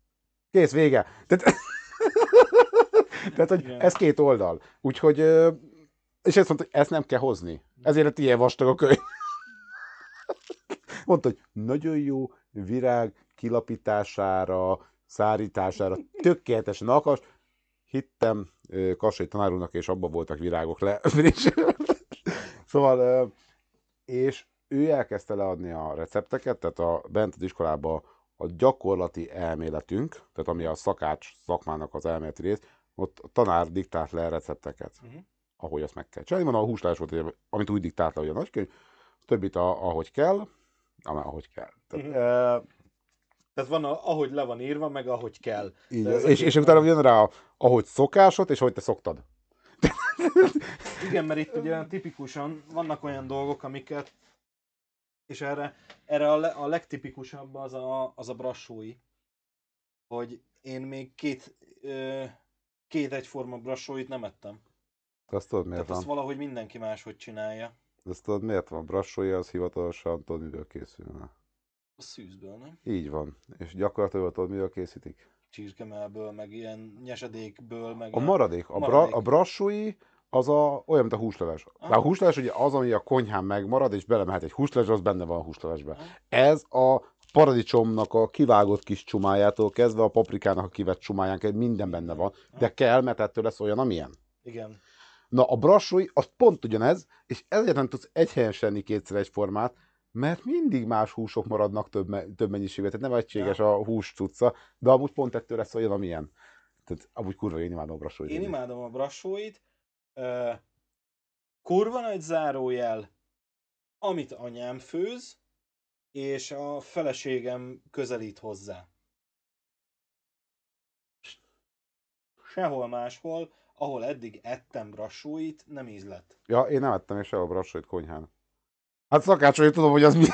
S1: Kész, vége. Tehát, Tehát hogy
S2: Igen.
S1: ez két oldal. Úgyhogy, ö, és ezt mondta, hogy ezt nem kell hozni. Ezért lett ilyen vastag a könyv. Mondta, hogy nagyon jó virág kilapítására, szárítására, tökéletesen alkalmas. Hittem ö, Kassai tanár úrnak, és abban voltak virágok le. Szóval, ö, és ő elkezdte leadni a recepteket, tehát a, bent az iskolában a gyakorlati elméletünk, tehát ami a szakács szakmának az elméleti rész, ott a tanár diktált le recepteket,
S2: Uh-huh.
S1: ahogy azt meg kell csinálni. Van a húslás volt, ugye, amit úgy diktált le, hogy a nagykönyv, többit a, ahogy kell, amely ahogy kell. Tehát,
S2: Uh-huh.
S1: e,
S2: Tehát van, a, ahogy le van írva, meg ahogy kell.
S1: így,
S2: De ez a
S1: és,
S2: két
S1: és utána
S2: nagyon-
S1: jön rá, a, ahogy szokásod, és ahogy te szoktad.
S2: Igen, mert itt ugye tipikusan vannak olyan dolgok, amiket, és erre, erre a, le, a legtipikusabb az a, az a brassói, hogy én még két, ö, két egyforma brassóit nem ettem.
S1: De azt tudod, miért
S2: Tehát azt
S1: van?
S2: valahogy mindenki máshogy csinálja.
S1: De azt tudod, miért van? Brassója az hivatalosan tudod, miből készülne.
S2: A szűzből, nem?
S1: Így van. És gyakorlatilag tudod, miből készítik?
S2: Csirkemelből, meg ilyen nyesedékből, meg
S1: A
S2: ilyen
S1: maradék, a, bra,
S2: maradék.
S1: a brassói, az a, olyan, mint a húsleves.
S2: Aha.
S1: A húsleves ugye az, ami a konyhán megmarad, és belemehet egy húslevesbe, az benne van a húslevesben.
S2: Aha.
S1: Ez a paradicsomnak a kivágott kis csumájától kezdve a paprikának a kivett csumáján, minden benne van, de kell, mert ettől lesz olyan, amilyen.
S2: Igen.
S1: Na, a brassói, az pont ugyanez, és ezért nem tudsz egy helyen enni kétszer egyformát, mert mindig más húsok maradnak több, me- több mennyiségben, tehát nem egységes
S2: Ja.
S1: a hús cucca, de amúgy pont ettől lesz olyan, amilyen. Tehát amúgy kurva, én imádom a brassóit.
S2: Én imádom a brassóit. Uh, kurva nagy zárójel, amit anyám főz, és a feleségem közelít hozzá. Sehol máshol, ahol eddig ettem brassóit, nem ízlett.
S1: Ja, én nem ettem és sehol brassóit konyhán. Hát szakácsai tudom, hogy az mi.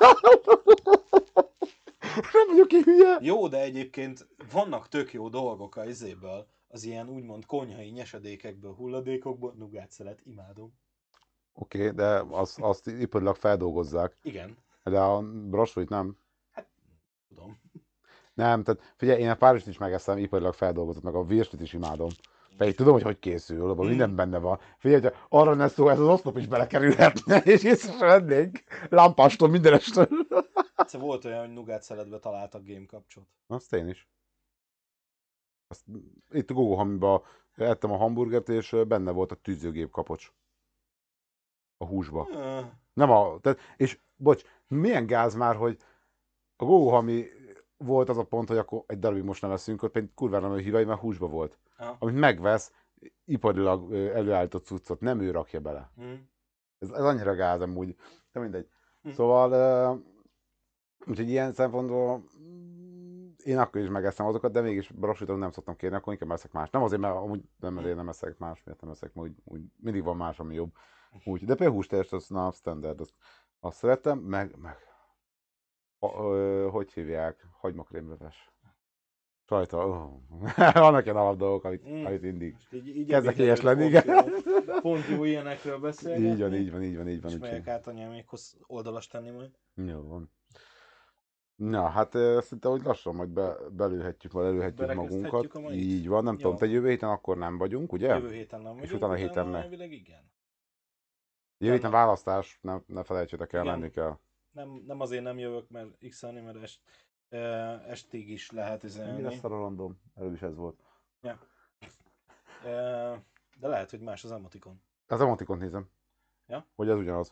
S1: Nem vagyok én hülye.
S2: Jó, de egyébként vannak tök jó dolgok a izéből, az ilyen úgymond konyhai nyesedékekből, hulladékokból, nugátszelet, imádom.
S1: Oké, okay, de azt, azt iparilag feldolgozzák.
S2: Igen,
S1: De a brassóit nem.
S2: tudom.
S1: Nem, tehát figyelj, én a Párizsit is megeszem iparilag feldolgozott, meg a virslit is imádom. Pedig tudom, hogy hogy készül, abban
S2: Mm.
S1: minden benne van. Figyelj, hogy arra ne szó, ez az oszlop is belekerülhetne, és észre sem vennénk. Lámpástól, mindenestől.
S2: Egyszer volt olyan, hogy nugátszeletbe találtak game kapcsot.
S1: Azt én is. Azt, itt a Gogohamiba ettem a hamburgert, és benne volt a tűzőgép kapocs. A húsba.
S2: Ö,
S1: Nem a... Tehát, és bocs, milyen gáz már, hogy a Gogohami volt az a pont, hogy akkor egy darabig most nem eszünk, ott pedig kurvára nem hívaj, mert húsba volt.
S2: ja.
S1: Amit megvesz, iparilag ö, előállított cuccot, nem ő rakja bele.
S2: Mm.
S1: Ez, ez annyira gáz amúgy. De mindegy.
S2: Hm.
S1: Szóval, uh, úgyhogy ilyen szempontból mm, én akkor is megeszem azokat, de mégis brassót nem szoktam kérni, akkor inkább eszek más. Nem azért, mert amúgy nem azért nem eszek más, miért nem eszek, mert úgy, úgy mindig van más, ami jobb. Úgy. De például hústest, az na, standard, azt, azt szeretem, meg, meg a, ö, hogy hívják, hagymakrémleves. Sajta, oh. Vannak ilyen alapdolgok, amit,
S2: Mm.
S1: amit mindig
S2: Most így, így
S1: kezdek
S2: ebéd
S1: ilyes
S2: előtt
S1: lenni,
S2: pont
S1: igen.
S2: jó, pont jó ilyenekről beszélgetni.
S1: Így van, így van, így van, így van.
S2: És
S1: úgyhogy-
S2: megyek át anyámékhoz oldalas tenni majd.
S1: Jó van. Na, hát ö, szerintem, hogy lassan majd be, belőhetjük, vagy előhetjük
S2: Berekezthetjük
S1: magunkat.
S2: a mait?
S1: Így van, nem
S2: Jó.
S1: tudom, te jövő héten akkor nem vagyunk, ugye?
S2: Jövő héten nem vagyunk,
S1: utána héten meg.
S2: elvileg igen.
S1: Jövő héten
S2: utána-
S1: választás, ne, ne felejtsétek el,
S2: Igen.
S1: menni kell.
S2: Nem, nem azért nem jövök, mert x-elni, mert est, eh, estig is lehet
S1: Mi
S2: üzenni.
S1: lesz a Rolandom? Előbb is ez volt.
S2: Ja. Eh, de lehet, hogy más az emotikon.
S1: Az emotikont nézem.
S2: Ja?
S1: Hogy ez ugyanaz.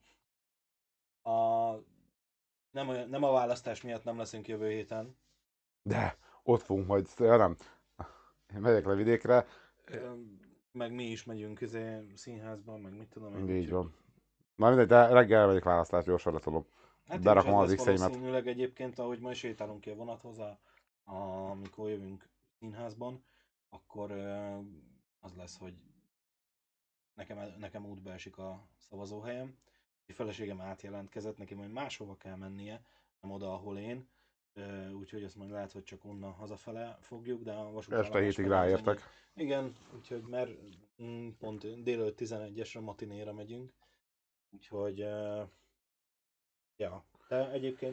S2: A, nem, olyan- nem a választás miatt nem leszünk jövő héten.
S1: De, ott fogunk majd, ja, nem. Én megyek le vidékre,
S2: Ö, Meg mi is megyünk izé, színházba, meg mit tudom én.
S1: így
S2: úgyhogy-
S1: van. Na mindegy, de reggel megyek választást, gyorsan letolom.
S2: Hát én
S1: Berakom
S2: is ez
S1: az
S2: lesz
S1: X-eimet.
S2: valószínűleg egyébként, ahogy majd sétálunk ki a vonathoz, a, a, amikor jövünk színházban, akkor ö, az lesz, hogy nekem, nekem útba esik a szavazóhelyem. A feleségem átjelentkezett, neki majd máshova kell mennie, nem oda, ahol én. Ö, Úgyhogy azt majd lehet, hogy csak onnan hazafele fogjuk, de a vasútállomás
S1: Este hétig
S2: meg az
S1: ráértek.
S2: enyém. Igen, úgyhogy mert mm, pont délelőtt tizenegyesre matinéra megyünk. Úgyhogy, ö, ja, de egyébként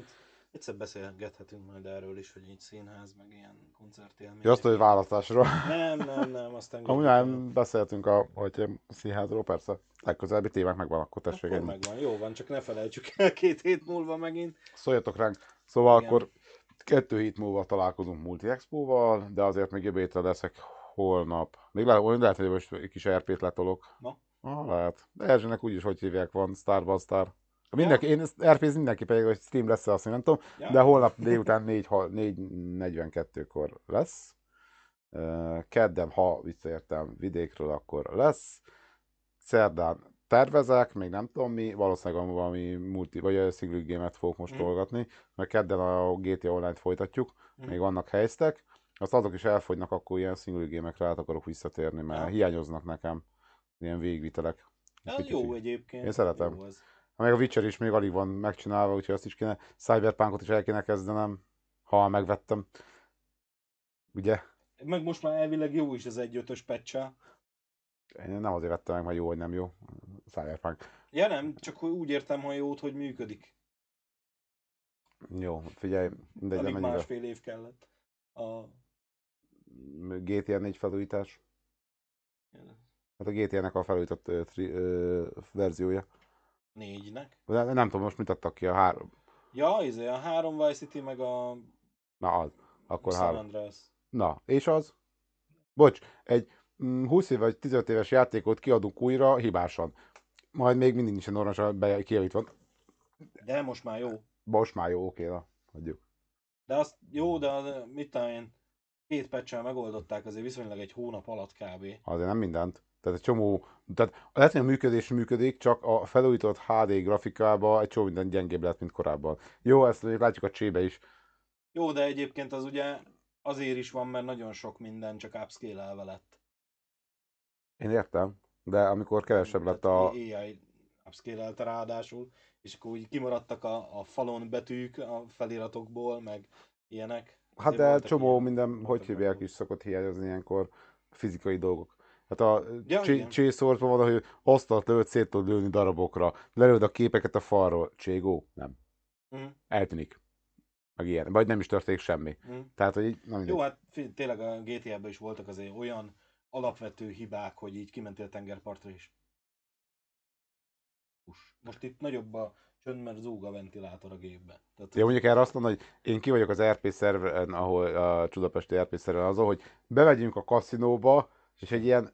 S2: Egyszer beszélgethetünk majd erről is, hogy így színház, meg ilyen
S1: Ja, azt,
S2: koncertélmények,
S1: hogy
S2: ilyenek.
S1: választásról.
S2: Nem, nem, nem, azt
S1: Amúgy
S2: engedjük el.
S1: nem beszéltünk a, hogy színházról, persze. Legközelebbi témák megvan, akkor tessék
S2: Akkor
S1: ennyi.
S2: megvan, jó van, csak ne felejtsük el két hét múlva megint.
S1: Szóljatok ránk. Szóval
S2: Igen.
S1: akkor kettő hét múlva találkozunk Multi Expo-val, de azért még jövő hétre leszek holnap. Még le, olyan lehet, hogy most egy kis er pét letolok.
S2: Ma?
S1: Ah, lehet. De Erzsének úgyis, hogy hívják, van Starban Star.
S2: Ja?
S1: Mindenki, én er pézni mindenképpen, hogy stream lesz, azt én nem tudom,
S2: Ja,
S1: de
S2: ja.
S1: holnap délután négy negyvenkettőkor lesz. Ö, Kedden, ha visszaértem vidékről, akkor lesz. Szerdán tervezek, még nem tudom mi, valószínűleg valami multi, vagy a single game-et fogok most
S2: Mm.
S1: tolgatni, mert kedden a gé té á Online-t folytatjuk,
S2: Mm.
S1: még vannak helyztek. Azt azok is elfogynak, akkor ilyen single game-ekre át akarok visszatérni, mert
S2: Ja.
S1: hiányoznak nekem ilyen végvitelek.
S2: Ez
S1: Kicsit
S2: jó
S1: így.
S2: egyébként.
S1: Én szeretem.
S2: Jó az.
S1: Meg a Witcher is még alig van megcsinálva, úgyhogy azt is kéne, Cyberpunkot is el kéne kezdenem, ha megvettem. Ugye?
S2: Meg most már elvileg jó is az egy ötös patch.
S1: Én nem azért vettem meg, mert jó, vagy nem jó. Cyberpunk.
S2: Ja nem, csak hogy úgy értem, hogy jót, hogy működik.
S1: Jó, figyelj, mindegy,
S2: Alig
S1: mennyire.
S2: másfél év kellett. A...
S1: gé té á négy felújítás. Hát a gé té á-nek a felújított ö, tri, ö, verziója.
S2: Négynek.
S1: De nem tudom, most mit adtak ki a három.
S2: Ja, izé, a három Vice City meg a
S1: Na az. Akkor
S2: San
S1: három.
S2: Andreas.
S1: Na, és az? Bocs, egy mm, húsz év vagy tizenöt éves játékot kiadunk újra hibásan. Majd még mindig nincsen normálisan kijavítva.
S2: De most már jó.
S1: Most már jó, oké, na, hagyjuk.
S2: De azt jó, de az, mit tudom én, két patch megoldották azért viszonylag egy hónap alatt kb.
S1: Azért nem mindent. Tehát egy csomó, tehát lehet, hogy a működés működik, csak a felújított há dé grafikába egy csomó minden gyengébb lett, mint korábban. Jó, ezt látjuk a csébe is.
S2: Jó, de egyébként az ugye azért is van, mert nagyon sok minden csak upscale-elve lett.
S1: Én értem, de amikor kevesebb lett a...
S2: á i upscale-elte ráadásul, és akkor úgy kimaradtak a, a falon betűk a feliratokból, meg ilyenek.
S1: Hát
S2: Azért
S1: de
S2: voltak
S1: csomó
S2: ilyen-
S1: minden, hogy
S2: voltak
S1: hívják
S2: bugok.
S1: is szokott hiányozni ilyenkor fizikai dolgok. Hát a
S2: Ja, igen.
S1: Csészorban van, hogy asztalt lőtt, szét tud lőni darabokra. Lelőd a képeket a falról. Cségó? Nem.
S2: Mhm.
S1: Eltűnik. Meg ilyen. Vagy nem is történik semmi.
S2: Mhm.
S1: Tehát, hogy így, nem mindegy.
S2: Jó, hát fi- tényleg a gé té á-ben is voltak azért olyan alapvető hibák, hogy így kimentél tengerpartra is. Uss. Most itt nagyobb a csönd, mert zúg a ventilátor a gépbe. Tehát,
S1: Én mondjuk erre azt mondom, hogy én ki vagyok az er pé szerveren, ahol a Csudapesti er pé szerveren azon, hogy bemegyünk a kaszinóba, és egy ilyen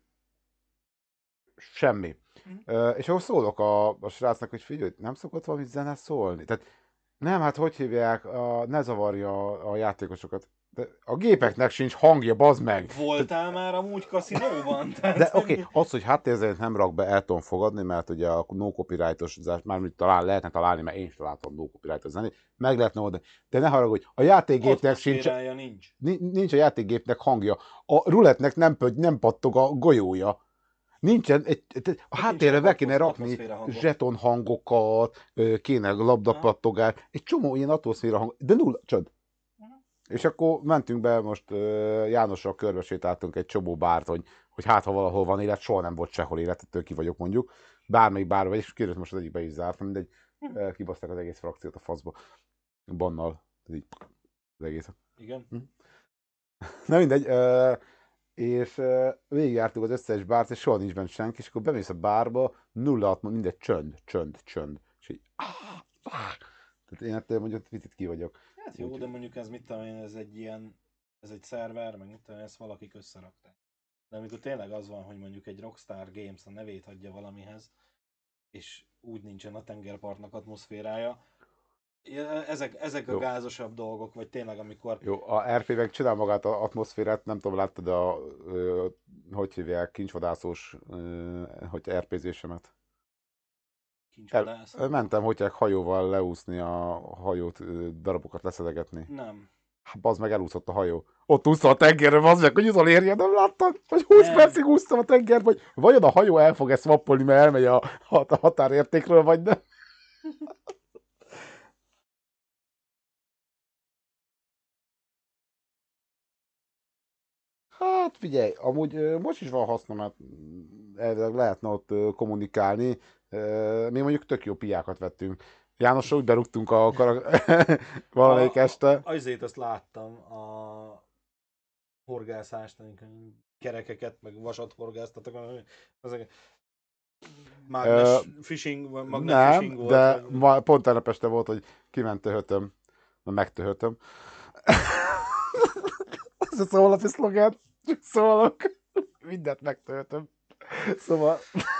S1: semmi.
S2: Mhm.
S1: Ö, és akkor szólok a, a srácnak, hogy figyelj, nem szokott valami zene szólni? Tehát nem, hát hogy hívják, a, ne zavarja a, a játékosokat. De a gépeknek sincs hangja, bazd meg!
S2: voltál már amúgy kaszinóban? Tehát,
S1: De oké, okay, az, hogy háttérzenét nem rak be, el tudom fogadni, mert ugye a no copyrightos, mármint talán lehetne találni, mert én is találtam no copyrightos zenét, meg lehetne oldani. De ne haragudj, a játékgépnek sincs,
S2: atmoszférája nincs.
S1: nincs a játékgépnek hangja. A rulettnek nem, pögy, nem pattog a golyója. Nincsen, egy, egy, a háttérre be kéne rakni
S2: atmoszféra hangok.
S1: zseton hangokat, ö, kéne labdapattogás, egy csomó ilyen atmoszféra hang, de nulla, csönd. És akkor mentünk be, most uh, Jánossal körbesétáltunk egy csomó bárt, hogy, hogy hát ha valahol van élet, soha nem volt sehol élet, ettől ki vagyok mondjuk. Bármelyik bár vagy, és kiderült most az egyikbe is zárt, mindegy, uh, kibaszták az egész frakciót a faszba. Bannal, ez így az egészet.
S2: Igen.
S1: Na mindegy, uh, és uh, végigjártuk az összes bárt, és soha nincs bent senki, és akkor bemész a bárba, nulla atma, mindegy, csönd, csönd, csönd. És így, ah, ah. Tehát én ettől mondjuk picit ki vagyok.
S2: Hát jó,
S1: Úgy-
S2: de mondjuk ez mit tudom én, ez egy ilyen, ez egy szerver, meg mit tudom én, ezt valakik összerakták. De amikor tényleg az van, hogy mondjuk egy Rockstar Games a nevét adja valamihez, és úgy nincsen a tengerpartnak atmoszférája, ezek, ezek a
S1: Jó.
S2: gázosabb dolgok, vagy tényleg amikor
S1: Jó, a er pé meg csinál magát a atmoszférát, nem tudom, láttad a, ö, hogy hívják, kincsvadászós, ö, hogy er pézésemet.
S2: kincsvadász.
S1: El, mentem, hogy hajóval leúszni a hajót, ö, darabokat leszedegetni.
S2: Nem.
S1: Hát bazd meg, elúszott a hajó. Ott úszta a tengerre, bazd meg, hogy utolérje, nem láttad? Vagy húsz
S2: Nem.
S1: percig úsztam a tengerbe, vagy vajon a hajó el fog ezt swappolni, mert elmegy a, a határértékről, vagy nem? Hát figyelj, amúgy ö, most is van haszna, mert mm, elvileg lehetne ott ö, kommunikálni. Mi mondjuk tök jó piákat vettünk. Jánossal úgy berúgtunk a karak... valamelyik
S2: A,
S1: este.
S2: azért azt láttam, a horgászást, amikor kerekeket, meg vasat horgáztatok, azok
S1: Ö,
S2: mágnes fishing, vagy magnet
S1: nem,
S2: fishing volt,
S1: de
S2: vagy...
S1: ma, pont tegnap este volt, hogy kiment töhötöm. Na, megtöhötöm. Ez a szólapi szlogán. Csak szólok. Mindent megtöhötöm. Szóval...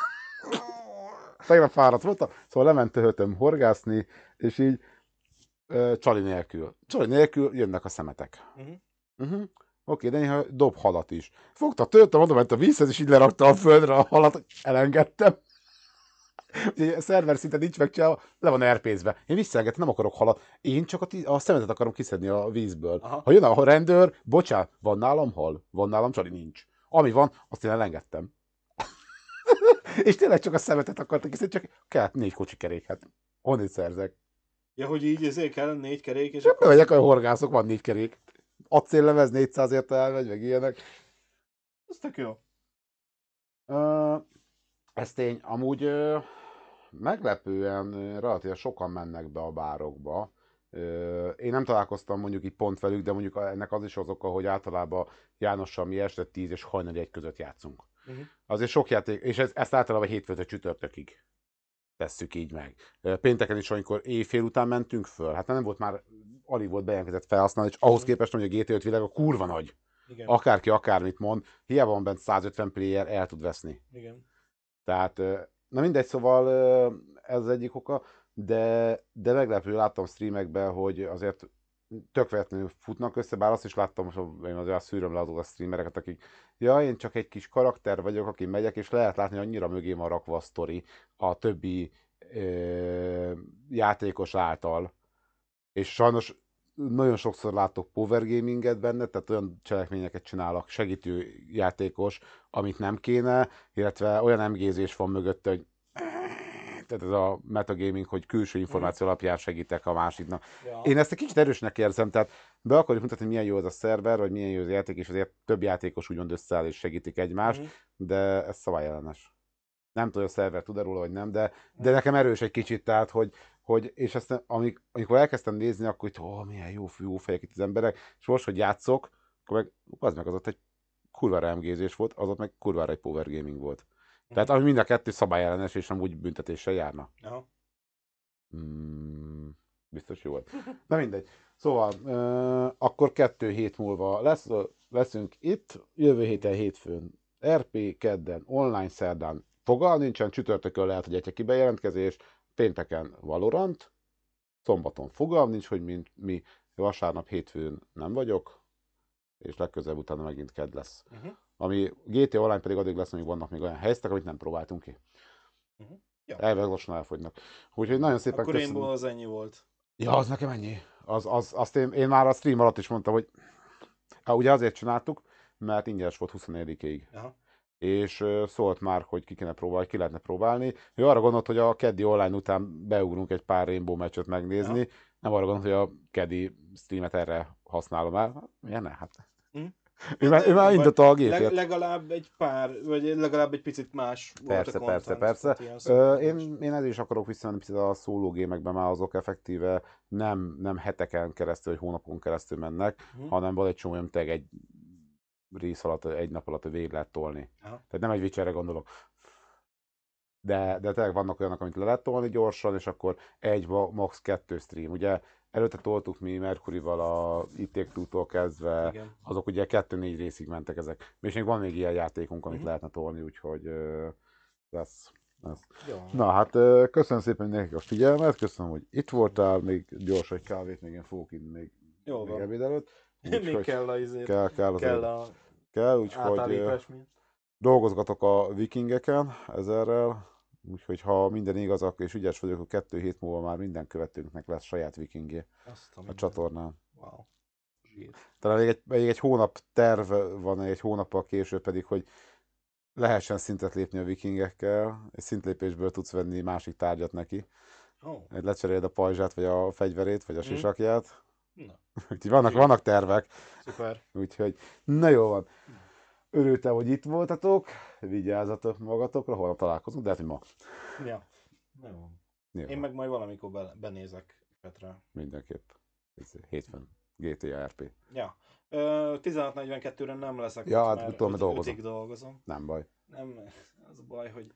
S1: Tegnap fáradt voltam, szóval lement töhötöm horgászni, és így ö, csali nélkül. Csali nélkül jönnek a szemetek.
S2: Uh-huh.
S1: Uh-huh. Oké, de néha dob halat is. Fogta, töltem, oda ment a vízhez, és így lerakta a földre a halat, elengedtem. Ugye a szerver szinten nincs megcsinálva, le van erpézve. Én visszaengedtem, nem akarok halat. Én csak a, tí- a szemetet akarom kiszedni a vízből.
S2: Aha.
S1: Ha jön a rendőr, bocsánat, van nálam hal? Van nálam csali? Nincs. Ami van, azt én elengedtem. És tényleg csak a szemetet akartak kiszedni, csak kellett négy kocsi kerék. Hát honnét szerzek?
S2: Ja, hogy így ezért kell négy kerék, és
S1: Nem
S2: akkor...
S1: megyek, olyan horgászok, van négy kerék. Acéllemez négyszázért elmegy, meg ilyenek.
S2: Ez tök jó.
S1: Uh, ez tény, amúgy uh, meglepően uh, relatíve sokan mennek be a bárokba. Uh, én nem találkoztam mondjuk így pont velük, de mondjuk ennek az is az oka, hogy általában Jánossal mi este tíz és hajnali egy között játszunk. Uh-huh. Azért sok játék, és ez, ezt általában hétfőtől csütörtökig tesszük így meg. Pénteken is, amikor éjfél után mentünk föl, hát nem volt már, alig volt bejelentkezett felhasználni, és ahhoz képest, hogy a gé té öt világ a kurva nagy. Igen. Akárki akármit mond, hiába van bent százötven player, el tud veszni.
S2: Igen.
S1: Tehát, na mindegy, szóval ez az egyik oka, de, de meglepő, láttam streamekben, hogy azért tök véletlenül futnak össze, bár azt is láttam, hogy én azért szűröm le azok a streamereket, akik, ja, én csak egy kis karakter vagyok, aki megyek, és lehet látni, hogy annyira mögé van rakva a sztori a többi ö, játékos által. És sajnos nagyon sokszor látok power gaminget benne, tehát olyan cselekményeket csinálok, segítő játékos, amit nem kéne, illetve olyan em gé-zés van mögötte, hogy tehát ez a metagaming, hogy külső információ alapján segítek a másiknak. Ja. Én ezt egy kicsit erősnek érzem, tehát be akarjuk mutatni, milyen jó az a szerver, vagy milyen jó az a játék, és azért több játékos úgymond összeáll és segítik egymást, uh-huh. de ez szabályellenes. Nem tudom, hogy a szerver tud róla, vagy nem, de, de nekem erős egy kicsit, tehát, hogy, hogy és ezt, amik, amikor elkezdtem nézni, akkor hogy oh, milyen jó, jó fejek itt az emberek, és most, hogy játszok, akkor meg, az meg az ott egy kurvára em gé-zés volt, az ott meg kurvára egy power gaming volt. Tehát ami mind a kettő szabályellenes, és amúgy büntetéssel járna. Aha. Mm, biztos jó volt. Na mindegy. Szóval, euh, akkor kettő hét múlva lesz, leszünk itt, jövő héten hétfőn er pé, kedden, online szerdán, fogal nincsen, csütörtökön lehet, hogy egy bejelentkezés, pénteken Valorant, szombaton fogalm nincs, hogy mi, mi vasárnap, hétfőn nem vagyok, és legközelebb utána megint kedd lesz. Uh-huh. Ami gé té Online pedig addig lesz, amíg vannak még olyan helyzetek, amit nem próbáltunk ki. Uh-huh. Ja. Elveg lassan elfogynak. Úgyhogy nagyon szépen
S2: Akkor köszönöm. Akkor az ennyi volt.
S1: Ja, az nekem ennyi. Az, az, azt én, én már a stream alatt is mondtam, hogy hát ugye azért csináltuk, mert ingyenes volt huszonnegyedikéig. Aha. És uh, szólt már, hogy ki kéne próbálni, ki lehetne próbálni. Ő arra gondolt, hogy a keddi online után beugrunk egy pár Rainbow meccset megnézni. Aha. Nem arra gondolt, hogy a keddi streamet erre használom el. Milyen ne? Hát... Hm? Ő már, ő már indította a gépét.
S2: Legalább egy pár, vagy legalább egy picit más
S1: persze, volt a persze, persze, persze. Ö, én, én ezért is akarok visszamenni picit a szóló gémekben, már azok effektíve nem, nem heteken keresztül, vagy hónapon keresztül mennek, uh-huh. hanem van egy csomó, amit egy rész alatt, egy nap alatt végig lehet tolni. Aha. Tehát nem egy Witcherre gondolok. De, de tényleg vannak olyanok, amit le lehet tolni gyorsan, és akkor egy, max. kettő stream. Ugye előtte toltuk mi Mercuryval a It Take-Two-tól kezdve, igen. Azok ugye kettő-négy részig mentek ezek. És még van még ilyen játékunk, amit uh-huh. lehetne tolni, úgyhogy uh, lesz. lesz. Na hát uh, köszönöm szépen mindenkinek a figyelmet, köszönöm, hogy itt voltál, még gyors egy kávét, még én fogok inni még, még ebéd előtt.
S2: Úgy, még kell a izért.
S1: Kell, kell,
S2: kell a
S1: kell, úgyhogy uh, dolgozgatok a vikingeken ezerrel. Úgyhogy ha minden igaz, és ügyes vagyok, a kettő hét múlva már minden követőnknek lesz saját vikingje a, a csatornán. Wow. Talán még egy, még egy hónap terv van, egy hónappal később pedig, hogy lehessen szintet lépni a vikingekkel, és szintlépésből tudsz venni másik tárgyat neki. Oh. Lecseréled a pajzsát, vagy a fegyverét, vagy a mm. sisakját. Na. Úgyhogy vannak, vannak tervek.
S2: Szuper.
S1: Úgyhogy, na jó van. Örültem, hogy itt voltatok, vigyázzatok magatokra, holnap találkozunk, de hát, hogy ma.
S2: Ja. Jó.
S1: Nyilván.
S2: Én meg majd valamikor be, benézek Petre.
S1: Mindenképp. Ez hétfőn. gé té á er pé.
S2: Ja. Ö, tizenhat negyvenkettőre nem leszek
S1: Ja,
S2: ott,
S1: hát
S2: mert
S1: utána
S2: öt,
S1: dolgozom.
S2: ötig dolgozom.
S1: Nem baj.
S2: Nem, az a baj, hogy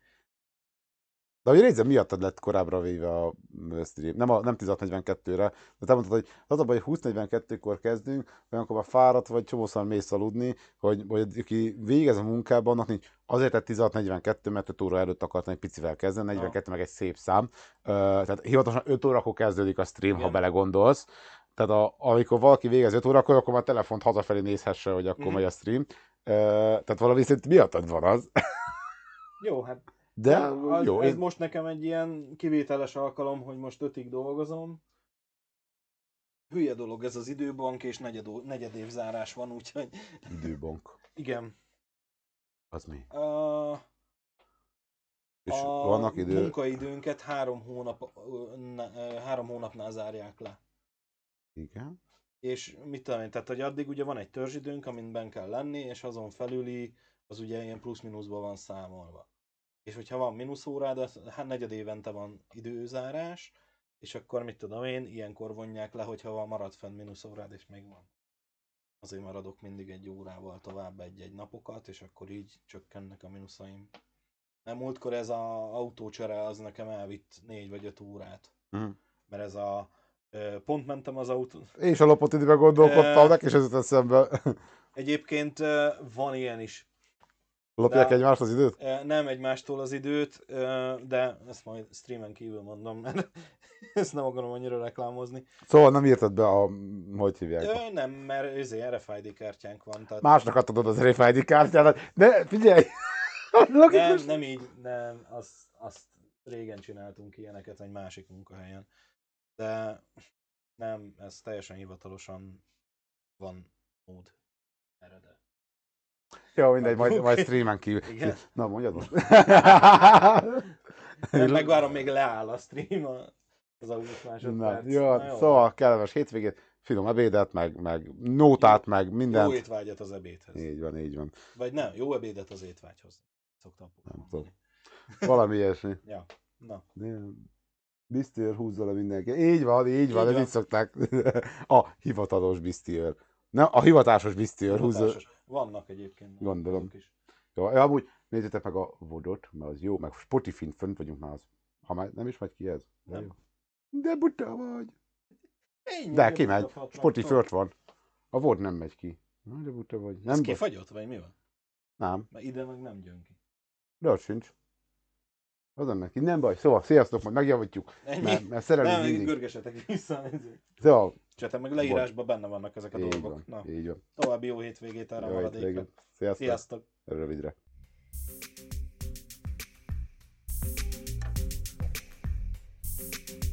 S1: De hogy Rézze miattad lett korábbra véve a stream. Nem, a, nem tizenhat negyvenkettőre, de te mondtad, hogy az a baj, hogy húsz negyvenkettőkor kezdünk, olyankor már fáradt vagy, csomószor mész aludni, hogy, hogy aki végez a munkában, annak nincs azért lett tizenhat negyvenkettő, mert öt óra előtt akartam egy picivel kezdeni, negyvenkettő meg egy szép szám. Uh, tehát hivatalosan öt órakor kezdődik a stream, igen. Ha belegondolsz. Tehát a, amikor valaki végez öt órakor, akkor már telefont hazafelé nézhesse, hogy akkor mm-hmm. megy a stream. Uh, tehát valami szerint miattad van az.
S2: Jó, hát
S1: de
S2: az,
S1: jó,
S2: ez
S1: én...
S2: most nekem egy ilyen kivételes alkalom, hogy most ötig dolgozom. Hülye dolog ez az időbank, és negyed, negyed év zárás van, úgyhogy...
S1: Időbank.
S2: Igen.
S1: Az mi?
S2: A,
S1: és
S2: a
S1: vannak idő...
S2: munkaidőnket három, hónap, három hónapnál zárják le.
S1: Igen.
S2: És mit tudom én, tehát hogy addig ugye van egy törzsidőnk, amin benn kell lenni, és azon felüli az ugye ilyen plusz-minuszban van számolva. És hogyha van mínuszórád, az hát negyed évente van időzárás, és akkor mit tudom én, ilyenkor vonják le, hogyha van marad fenn mínuszórád, és még van. Azért maradok mindig egy órával tovább egy-egy napokat, és akkor így csökkennek a mínuszaim. Nem, múltkor ez az autócsere az nekem elvitt négy vagy öt órát.
S1: Uh-huh.
S2: Mert ez a... Pont mentem az autó...
S1: És a lopott időben gondolkodtam, uh, neki is ez jutott eszembe.
S2: Egyébként van ilyen is.
S1: Lopják egymást az időt?
S2: Nem egymástól az időt, de ezt majd streamen kívül mondom, mert ezt nem akarom annyira reklámozni.
S1: Szóval nem írtad be a... hogy hívják?
S2: Ö, nem, mert ezért er ef i dé kártyánk van. Tehát...
S1: Másnak adtad az er ef i dé kártyádat. De figyelj!
S2: nem, nem így, nem, azt, azt régen csináltunk ilyeneket egy másik munkahelyen. De nem, ez teljesen hivatalosan van mód erre, de...
S1: Jó, mindegy, majd, majd streamen kívül.
S2: Igen?
S1: Na, mondjad most.
S2: Nem, megvárom, még leáll a stream az autós másodperc.
S1: Na, jó, Na, jó, szóval kellemes hétvégét, finom ebédet, meg, meg nótát, jó, meg mindent.
S2: Jó étvágyat az ebédhez.
S1: Így van, így van.
S2: Vagy nem, jó ebédet az étvágyhoz. Szoktam
S1: nem tudom. Valami ilyesmi.
S2: Ja, na.
S1: Bisztiőr húzza le mindenki. Így van, így van, de így szokták. A hivatalos bisztiőr. Nem, a hivatásos bisztiőr húzza.
S2: Vannak egyébként.
S1: Gondolom. Is. Jó, amúgy nézzétek meg a vodot, mert az jó, meg Spotify-n fönt vagyunk már az. Ha már nem is megy ki ez.
S2: Nem.
S1: Jó. De buta vagy.
S2: Ennyi,
S1: de kimegy. Spotify ott van. A vod nem megy ki. De buta vagy. Nem
S2: ez kifagyott, vagy mi van?
S1: Nem.
S2: Mert ide meg nem jön ki.
S1: De ott sincs. Az nem megy ki. Nem baj. Szóval, sziasztok, majd megjavítjuk. Mert, mert szerelünk
S2: nem,
S1: mindig.
S2: görgesetek vissza.
S1: Szóval.
S2: Csetem meg leírásban benne vannak ezek a
S1: így
S2: dolgok.
S1: Van,
S2: Na.
S1: így van.
S2: További jó hétvégét erre a maradékra.
S1: Sziasztok.
S2: Sziasztok.
S1: Rövidre.
S3: Thank you.